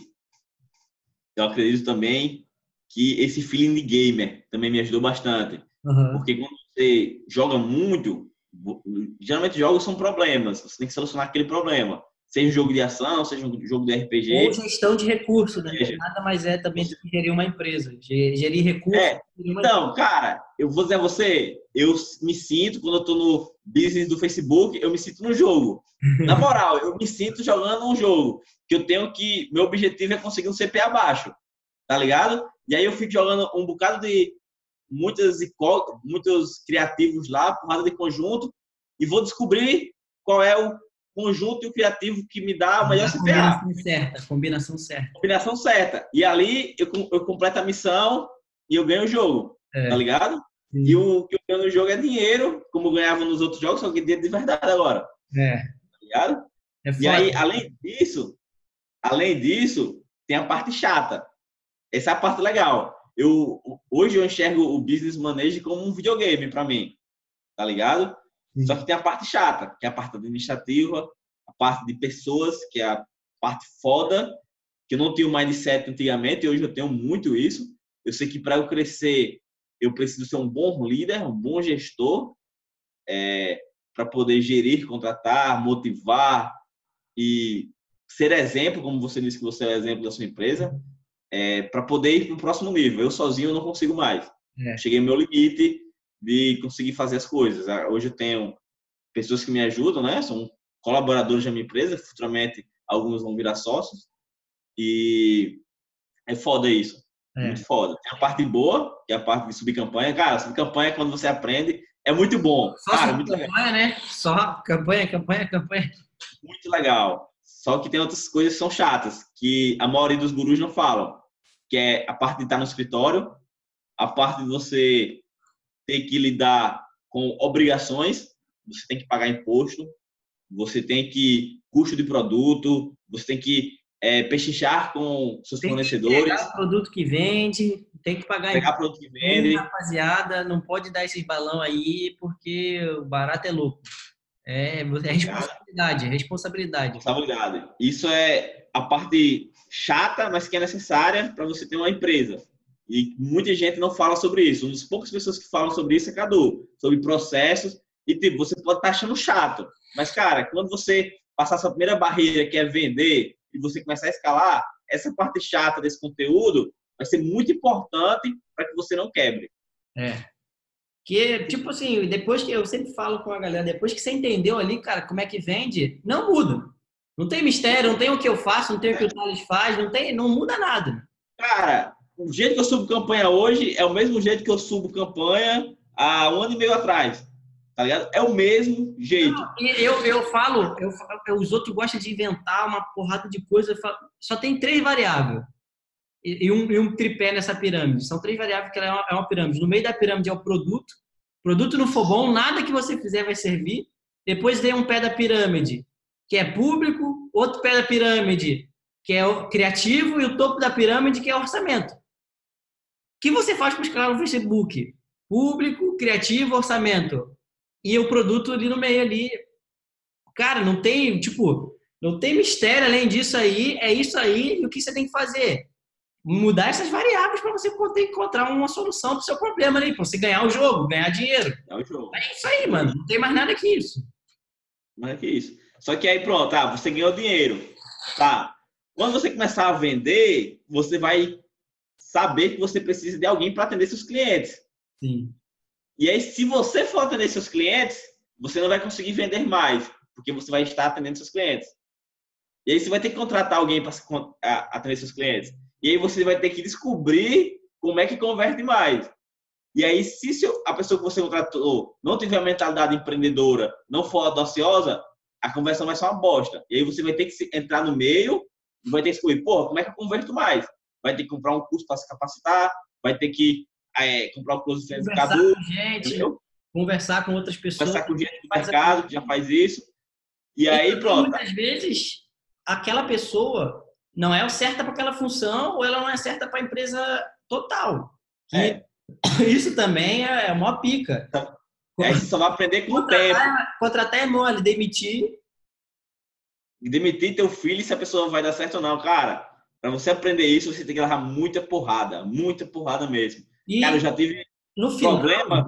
eu acredito também que esse feeling de gamer também me ajudou bastante.
Uhum.
Porque quando você joga muito, geralmente jogos são problemas, você tem que solucionar aquele problema. Seja um jogo de ação, seja um jogo de R P G.
Ou gestão de recursos, né?
Seja,
Nada mais é também
você...
do que gerir uma empresa. Gerir recursos.
É,
Gerir uma
então, cara, eu vou dizer a você, eu me sinto, quando eu tô no business do Facebook, eu me sinto no jogo. Na moral, eu me sinto jogando um jogo que eu tenho que, meu objetivo é conseguir um C P abaixo, tá ligado? E aí eu fico jogando um bocado de muitas, muitos criativos lá, porrada de conjunto, e vou descobrir qual é o conjunto e o criativo que me dá o melhor
a
C P A.
combinação certa, combinação certa.
Combinação certa. E ali eu, eu completo a missão e eu ganho o jogo,
É.
tá ligado?
Sim.
E o que eu ganho no jogo é dinheiro, como eu ganhava nos outros jogos, só que dinheiro de verdade agora.
É.
Tá ligado?
É foda.
E aí, além disso, além disso, tem a parte chata. Essa é a parte legal. Eu, hoje eu enxergo o business management como um videogame para mim, tá ligado? Sim. Só que tem a parte chata, que é a parte administrativa, a parte de pessoas, que é a parte foda, que eu não tinha o mindset antigamente, e hoje eu tenho muito isso. Eu sei que para eu crescer, eu preciso ser um bom líder, um bom gestor, é, para poder gerir, contratar, motivar e ser exemplo, como você disse que você é exemplo da sua empresa, é, para poder ir para o próximo nível. Eu sozinho não consigo mais. É. Cheguei ao meu limite de conseguir fazer as coisas. Hoje eu tenho pessoas que me ajudam, né? São colaboradores da minha empresa, futuramente alguns vão virar sócios. E é foda isso. É. Muito foda. Tem a parte boa, que é a parte de subir campanha. Cara, subir campanha, quando você aprende, é muito bom.
Só
Cara,
subir
muito
campanha, legal. Né? Só campanha, campanha, campanha.
Muito legal. Só que tem outras coisas que são chatas, que a maioria dos gurus não falam. Que é a parte de estar no escritório, a parte de você ter que lidar com obrigações, você tem que pagar imposto, você tem que custo de produto, você tem que é, pechinchar com seus
tem
fornecedores.
Tem que pegar o produto que vende, tem que pagar
pegar produto que vende.
Rapaziada, não pode dar esses balão aí, porque o barato é louco. É, é responsabilidade, é responsabilidade.
Responsabilidade. Isso é a parte chata, mas que é necessária para você ter uma empresa. E muita gente não fala sobre isso. Uma das poucas pessoas que falam sobre isso é Cadu, sobre processos. E tipo, você pode estar achando chato, mas cara, quando você passar essa primeira barreira, que é vender, e você começar a escalar, essa parte chata desse conteúdo vai ser muito importante para que você não quebre.
É. Que, tipo assim, depois que eu sempre falo com a galera, depois que você entendeu ali, cara, como é que vende, não muda. Não tem mistério, não tem o que eu faço, não tem o que o Thales faz, não tem, não muda nada.
Cara, o jeito que eu subo campanha hoje é o mesmo jeito que eu subo campanha há um ano e meio atrás. Tá ligado? É o mesmo jeito.
Não, eu, eu falo, eu, eu, os outros gostam de inventar uma porrada de coisa. Falo, só tem três variáveis. E, e, um, e um tripé nessa pirâmide. São três variáveis que ela é uma, é uma pirâmide. No meio da pirâmide é o produto. O produto não for bom, nada que você fizer vai servir. Depois tem um pé da pirâmide, que é público. Outro pé da pirâmide, que é o criativo. E o topo da pirâmide, que é orçamento. que você faz para escalar no Facebook? Público, criativo, orçamento. E o produto ali no meio ali. Cara, não tem, tipo, não tem mistério além disso aí. É isso aí e o que você tem que fazer? Mudar essas variáveis para você poder encontrar uma solução para o seu problema ali, para você ganhar o jogo, ganhar dinheiro.
É o jogo.
É isso aí, mano. Não tem mais nada que isso.
Mais que isso. Só que aí, pronto, tá, você ganhou dinheiro. Tá. Quando você começar a vender, você vai saber que você precisa de alguém para atender seus clientes.
Sim.
E aí, se você for atender seus clientes, você não vai conseguir vender mais, porque você vai estar atendendo seus clientes. E aí, você vai ter que contratar alguém para atender seus clientes. E aí, você vai ter que descobrir como é que converte mais. E aí, se a pessoa que você contratou não tiver a mentalidade empreendedora, não for audaciosa, a conversão vai ser uma bosta. E aí, você vai ter que entrar no meio e vai ter que descobrir, pô, como é que eu converto mais? Vai ter que comprar um curso para se capacitar, vai ter que é, comprar um curso de
conversar com gente, entendeu? Conversar com outras pessoas.
Conversar com gente do mercado que já faz isso. E, e aí, pronto.
Muitas vezes, aquela pessoa não é certa para aquela função ou ela não é certa para a empresa total. Que
é.
Isso também é uma pica.
Aí você só vai aprender com o tempo.
Contratar é mole, demitir.
Demitir teu filho se a pessoa vai dar certo ou não. Cara, para você aprender isso, você tem que levar muita porrada. Muita porrada mesmo.
E
cara, eu já tive
no
problema.
Final,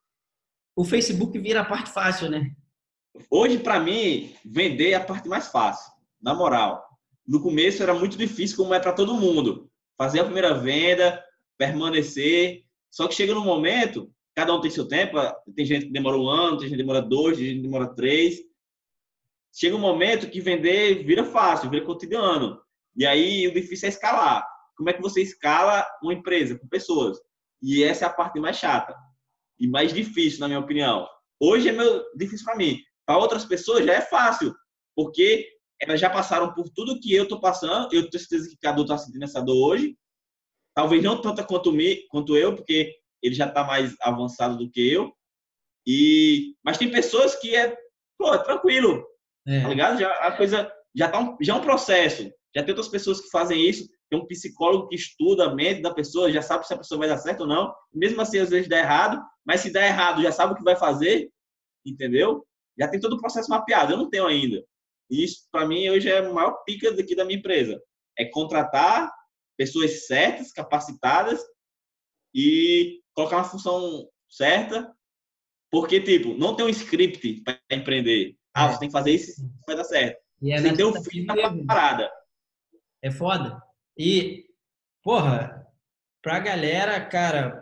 o Facebook vira a parte fácil, né?
Hoje, para mim, vender é a parte mais fácil. Na moral. No começo era muito difícil, como é para todo mundo. Fazer a primeira venda, permanecer. Só que chega num momento, cada um tem seu tempo. Tem gente que demora um ano, tem gente que demora dois, tem gente que demora três. Chega um momento que vender vira fácil, vira cotidiano. E aí o difícil é escalar. Como é que você escala uma empresa com pessoas? E essa é a parte mais chata e mais difícil, na minha opinião. Hoje é meu, difícil para mim. Para outras pessoas já é fácil, porque elas já passaram por tudo que eu estou passando. Eu tenho certeza que cada um está sentindo essa dor hoje. Talvez não tanta quanto, me, quanto eu, porque ele já está mais avançado do que eu. E, mas tem pessoas que é, pô, é tranquilo. É. Tá ligado? Já, a coisa já, tá um, já é um processo. Já tem outras pessoas que fazem isso. Tem um psicólogo que estuda a mente da pessoa, já sabe se a pessoa vai dar certo ou não. Mesmo assim, às vezes dá errado. Mas se dá errado, já sabe o que vai fazer. Entendeu? Já tem todo o processo mapeado. Eu não tenho ainda. E isso, para mim, hoje é a maior pica daqui da minha empresa. É contratar pessoas certas, capacitadas e colocar uma função certa. Porque, tipo, não tem um script para empreender. Ah, é. Você tem que fazer isso, isso vai dar certo.
E é
você tem um fim da parada.
É foda. E, porra, pra galera, cara,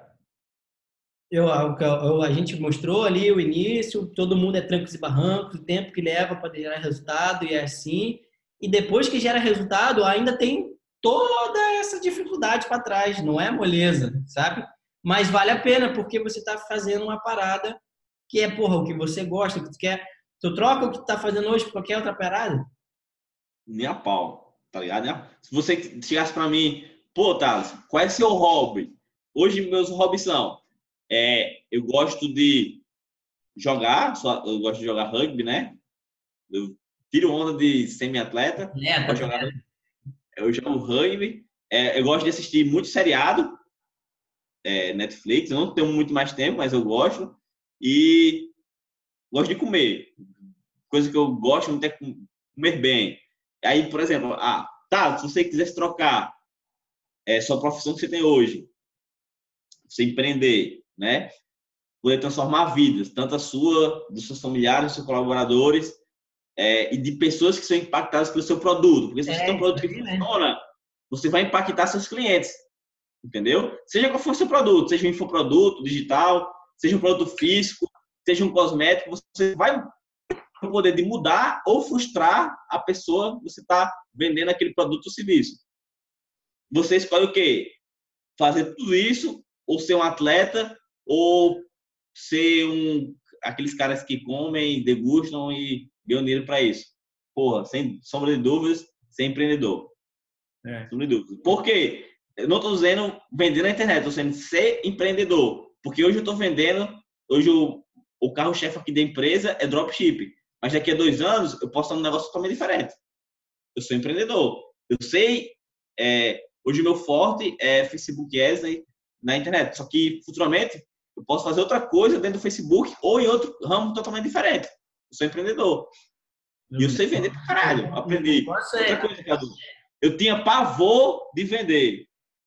eu, eu, a gente mostrou ali o início, todo mundo é trancos e barrancos, o tempo que leva para gerar resultado e é assim. E depois que gera resultado, ainda tem toda essa dificuldade para trás. Não é moleza, sabe? Mas vale a pena, porque você tá fazendo uma parada que é, porra, o que você gosta, o que tu quer. Tu troca o que tu tá fazendo hoje por qualquer outra parada?
Nem a pau, tá ligado? Se você chegasse pra mim, pô, Thales, qual é seu hobby? Hoje, meus hobbies são, é, eu gosto de jogar, só, eu gosto de jogar rugby, né? Eu tiro onda de semi-atleta.
É,
jogar, eu jogo rugby. É, eu gosto de assistir muito seriado, é, Netflix. Eu não tenho muito mais tempo, mas eu gosto. E gosto de comer. Coisa que eu gosto muito é comer bem. Aí, por exemplo, ah, tá, se você quisesse trocar é, sua profissão que você tem hoje, você empreender, né? Poder transformar vidas, tanto a sua, dos seus familiares, dos seus colaboradores, é, e de pessoas que são impactadas pelo seu produto. Porque se você é, tem um produto que funciona, né? Você vai impactar seus clientes. Entendeu? Seja qual for o seu produto, seja um infoproduto digital, seja um produto físico, seja um cosmético, você vai ter o poder de mudar ou frustrar a pessoa que você está vendendo aquele produto ou serviço. Você escolhe o quê? Fazer tudo isso, ou ser um atleta, ou ser um aqueles caras que comem, degustam e ganham dinheiro para isso. Porra, sem sombra de dúvidas, ser empreendedor. É. Sombra de dúvidas. Por quê? Eu não estou dizendo vender na internet, estou dizendo ser empreendedor. Porque hoje eu estou vendendo, hoje o, o carro-chefe aqui da empresa é dropship. Mas daqui a dois anos eu posso estar num negócio totalmente diferente. Eu sou empreendedor. Eu sei, é, hoje o meu forte é Facebook Ads, né? na internet. Só que, futuramente, eu posso fazer outra coisa dentro do Facebook ou em outro ramo totalmente diferente. Eu sou empreendedor. E eu sei vender pra caralho. Aprendi. Outra coisa, Cadu. Eu tinha pavor de vender.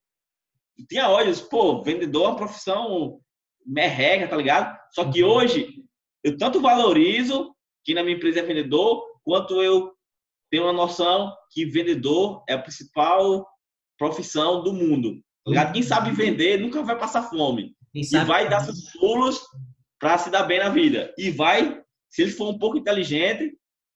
Eu tinha olhos, pô, vendedor é uma profissão merreca, tá ligado? Só que hoje, eu tanto valorizo que na minha empresa é vendedor, quanto eu tenho uma noção que vendedor é a principal profissão do mundo. Tá ligado? Quem sabe vender nunca vai passar fome. E vai dar seus pulos para se dar bem na vida. E vai, se ele for um pouco inteligente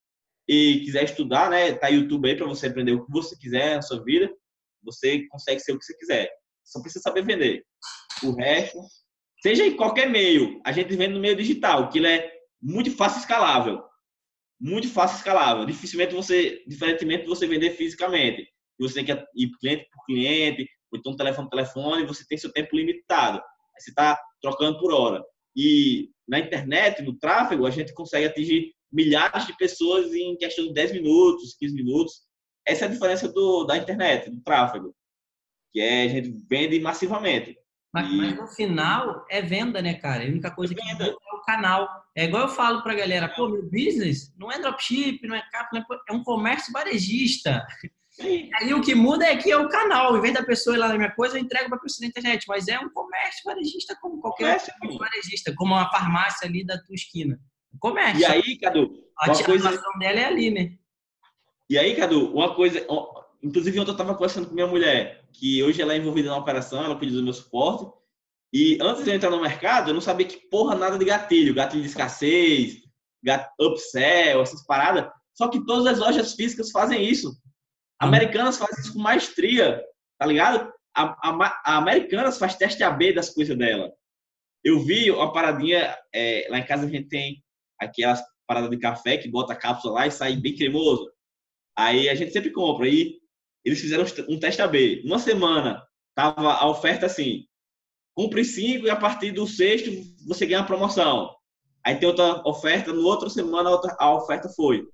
e quiser estudar, né? Tá YouTube aí para você aprender o que você quiser na sua vida. Você consegue ser o que você quiser. Só precisa saber vender. O resto, seja em qualquer meio, a gente vende no meio digital, que ele é muito fácil e escalável. Muito fácil e escalável. Dificilmente você, diferentemente de você vender fisicamente. Você tem que ir cliente por cliente, ou então telefone por telefone, você tem seu tempo limitado. Aí você está trocando por hora. E na internet, no tráfego, a gente consegue atingir milhares de pessoas em questão de dez minutos, quinze minutos. Essa é a diferença do, da internet, do tráfego. Que é, a gente vende massivamente.
Mas, e... mas no final é venda, né, cara? A única coisa é que muda é o canal. É igual eu falo pra galera, pô, meu business não é dropship, não é capa, é um comércio varejista. Sim. Aí o que muda é que é o canal. Em vez da pessoa ir lá na minha coisa, eu entrego pra pessoa na internet. Mas é um comércio varejista como qualquer outro varejista, como uma farmácia ali da tua esquina. Comércio.
E aí, Cadu,
a ativação coisa... dela é ali, né?
E aí, Cadu, uma coisa... Inclusive, ontem eu estava conversando com minha mulher, que hoje ela é envolvida na operação, ela pediu do meu suporte. E antes de eu entrar no mercado, eu não sabia que porra nada de gatilho. Gatilho de escassez, gatilho, upsell, essas paradas. Só que todas as lojas físicas fazem isso. Americanas fazem isso com maestria, tá ligado? A, a, a Americanas faz teste A B das coisas dela. Eu vi uma paradinha, é, lá em casa a gente tem aquelas paradas de café que bota a cápsula lá e sai bem cremoso. Aí a gente sempre compra. E eles fizeram um teste A B. Uma semana tava a oferta assim: compre cinco e a partir do sexto você ganha a promoção. Aí tem outra oferta, no outra semana a oferta foi: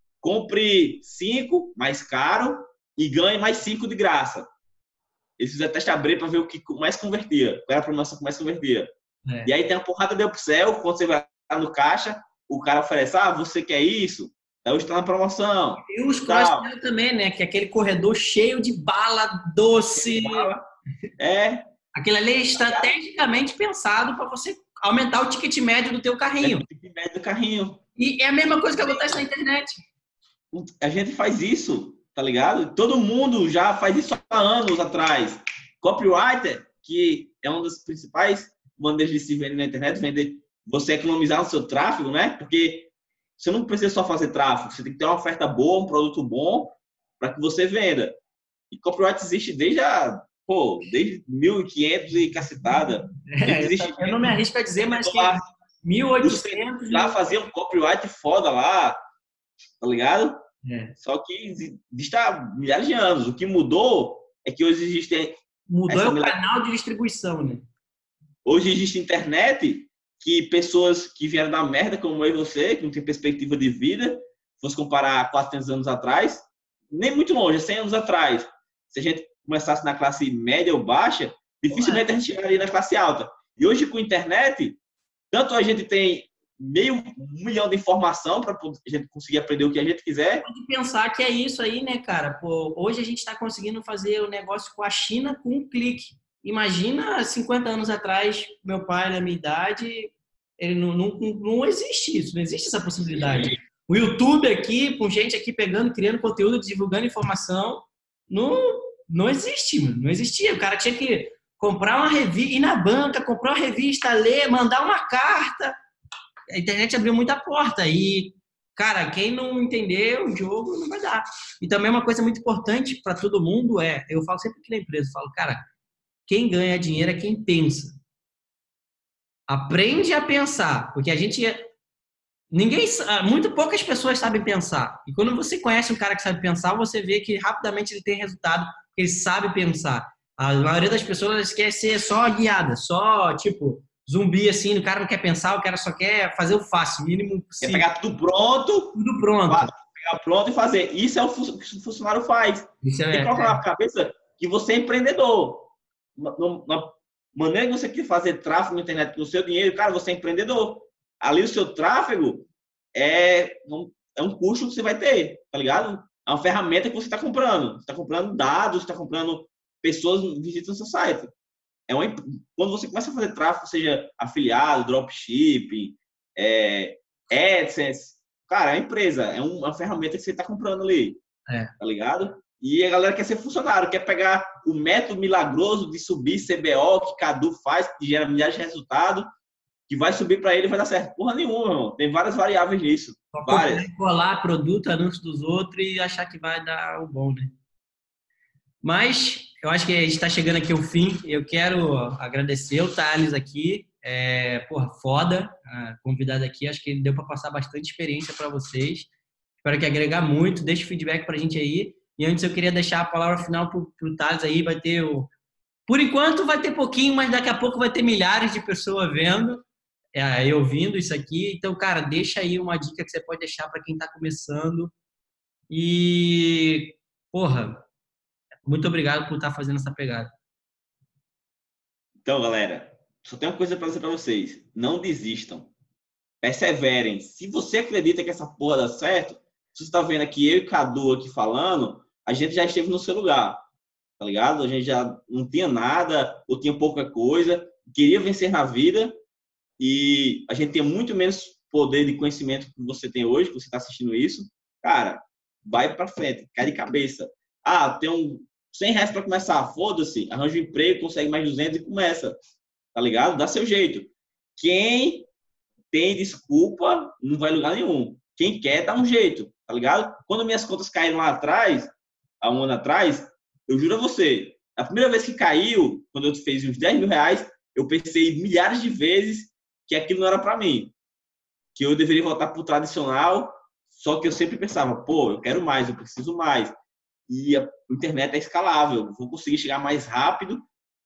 compre cinco mais caro e ganhe mais cinco de graça. Eles fizeram teste A B para ver o que mais convertia, qual era a promoção que mais convertia. É. E aí tem uma porrada de upsell, quando você vai no caixa, o cara oferece: ah, você quer isso? Hoje está na promoção.
E os cross também, né? Que é aquele corredor cheio de bala doce.
Bala. É.
Aquilo ali é estrategicamente pensado para você aumentar o ticket médio do teu carrinho.
É o ticket médio do carrinho.
E é a mesma coisa que acontece na internet.
A gente faz isso, tá ligado? Todo mundo já faz isso há anos atrás. Copywriter, que é uma das principais maneiras de se vender na internet, vender, você economizar no seu tráfego, né? Porque você não precisa só fazer tráfego, você tem que ter uma oferta boa, um produto bom para que você venda. E copyright existe desde a, pô, desde mil e quinhentos e cacetada.
É, existe, eu não me arrisco a dizer, mas que mil e oitocentos...
Lá fazia um copyright foda lá, tá ligado?
É.
Só que existe há milhares de anos. O que mudou é que hoje existe...
Mudou é o canal de distribuição, né?
Hoje existe internet... que pessoas que vieram da merda, como eu e você, que não tem perspectiva de vida, se fosse comparar quatrocentos anos atrás, nem muito longe, cem anos atrás, se a gente começasse na classe média ou baixa, dificilmente a gente chegaria na classe alta. E hoje, com a internet, tanto a gente tem meio um milhão de informação para a gente conseguir aprender o que a gente quiser.
Pode pensar que é isso aí, né, cara? Pô, hoje a gente está conseguindo fazer o negócio com a China com um clique. Imagina cinquenta anos atrás, meu pai, na minha idade, ele não, não, não existe isso, não existe essa possibilidade. O YouTube aqui, com gente aqui pegando, criando conteúdo, divulgando informação, não, não existe, mano. Não existia. O cara tinha que comprar uma revista, ir na banca, comprar uma revista, ler, mandar uma carta. A internet abriu muita porta e, cara, quem não entender o jogo não vai dar. E também uma coisa muito importante para todo mundo é, eu falo sempre aqui na empresa, eu falo, cara, quem ganha dinheiro é quem pensa. Aprende a pensar, porque a gente... Ninguém, muito poucas pessoas sabem pensar. E quando você conhece um cara que sabe pensar, você vê que rapidamente ele tem resultado, porque ele sabe pensar. A maioria das pessoas quer ser só guiada, só, tipo, zumbi, assim, o cara não quer pensar, o cara só quer fazer o fácil, o mínimo possível.
Quer pegar tudo pronto.
Tudo pronto.
Pegar pronto e fazer. Isso é o que o funcionário faz.
Isso é,
tem que colocar é. na cabeça que você é empreendedor. No, no, maneira que você quer fazer tráfego na internet com o seu dinheiro, cara, você é empreendedor. Ali o seu tráfego é um, é um custo que você vai ter, tá ligado? É uma ferramenta que você está comprando. Você está comprando dados, está comprando pessoas visitando o seu site. É uma, quando você começa a fazer tráfego, seja afiliado, dropshipping, é, AdSense, cara, é uma empresa, é uma ferramenta que você está comprando ali,
É.
tá ligado? E a galera quer ser funcionário, quer pegar o método milagroso de subir C B O que Cadu faz, que gera milhares de resultados, que vai subir para ele e vai dar certo. Porra nenhuma, irmão. Tem várias variáveis nisso.
Só
Várias.
colar produto, anúncio dos outros e achar que vai dar o bom, né? Mas eu acho que a gente está chegando aqui ao fim. Eu quero agradecer o Thales aqui. É, porra, foda a convidada aqui. Acho que ele deu para passar bastante experiência para vocês. Espero que agregar muito. Deixe feedback para a gente aí. E antes eu queria deixar a palavra final para o Thales aí. Vai ter o... Por enquanto vai ter pouquinho, mas daqui a pouco vai ter milhares de pessoas vendo, é, eu ouvindo isso aqui. Então, cara, deixa aí uma dica que você pode deixar para quem está começando. E, porra, muito obrigado por estar fazendo essa pegada.
Então, galera, só tem uma coisa para dizer para vocês. Não desistam. Perseverem. Se você acredita que essa porra dá certo, se você está vendo aqui eu e Cadu aqui falando, a gente já esteve no seu lugar, tá ligado? A gente já não tinha nada, ou tinha pouca coisa, queria vencer na vida, e a gente tem muito menos poder de conhecimento que você tem hoje, que você está assistindo isso. Cara, vai para frente, cai de cabeça. Ah, tem um cem reais para começar, foda-se, arranja um emprego, consegue mais duzentos e começa, tá ligado? Dá seu jeito. Quem tem desculpa não vai em lugar nenhum. Quem quer, dá um jeito, tá ligado? Quando minhas contas caíram lá atrás, há um ano atrás, eu juro a você, a primeira vez que caiu, quando eu fiz uns dez mil reais, eu pensei milhares de vezes que aquilo não era para mim, que eu deveria voltar para o tradicional, só que eu sempre pensava, pô, eu quero mais, eu preciso mais. E a internet é escalável, vou conseguir chegar mais rápido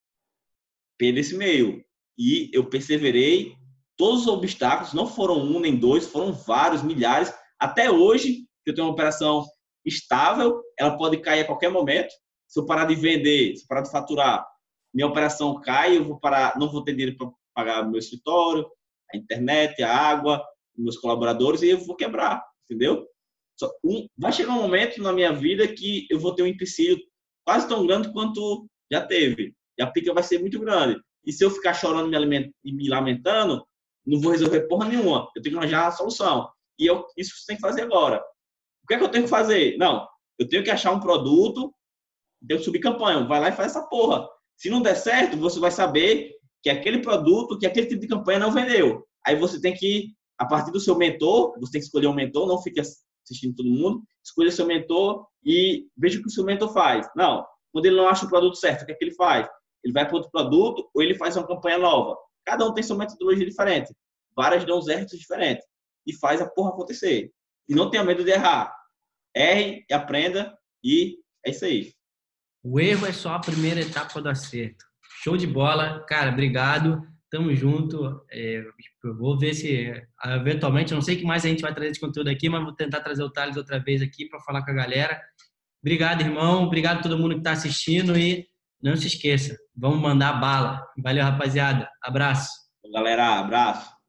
nesse meio. E eu perseverei, todos os obstáculos, não foram um nem dois, foram vários, milhares. Até hoje, que eu tenho uma operação estável, ela pode cair a qualquer momento. Se eu parar de vender, se eu parar de faturar, minha operação cai, eu vou parar, não vou ter dinheiro para pagar o meu escritório, a internet, a água, meus colaboradores, e eu vou quebrar, entendeu? Só um, vai chegar um momento na minha vida que eu vou ter um empecilho quase tão grande quanto já teve. E a pica vai ser muito grande. E se eu ficar chorando e me lamentando, não vou resolver porra nenhuma. Eu tenho que arranjar a solução. E eu, isso você tem que fazer agora. O que é que eu tenho que fazer? Não, eu tenho que achar um produto, tenho que subir campanha. Vai lá e faz essa porra. Se não der certo, você vai saber que aquele produto, que aquele tipo de campanha não vendeu. Aí você tem que, a partir do seu mentor, você tem que escolher um mentor, não fique assistindo todo mundo, escolha seu mentor e veja o que o seu mentor faz. Não, quando ele não acha o produto certo, o que é que ele faz? Ele vai para outro produto ou ele faz uma campanha nova. Cada um tem sua metodologia diferente. Várias dão certos diferentes. E faz a porra acontecer. E não tenha medo de errar. Erre, aprenda e é isso aí.
O erro é só a primeira etapa do acerto. Show de bola. Cara, obrigado. Tamo junto. É, eu vou ver se, eventualmente, eu não sei o que mais a gente vai trazer de conteúdo aqui, mas vou tentar trazer o Thales outra vez aqui para falar com a galera. Obrigado, irmão. Obrigado a todo mundo que está assistindo e não se esqueça, vamos mandar bala. Valeu, rapaziada. Abraço.
Galera, abraço.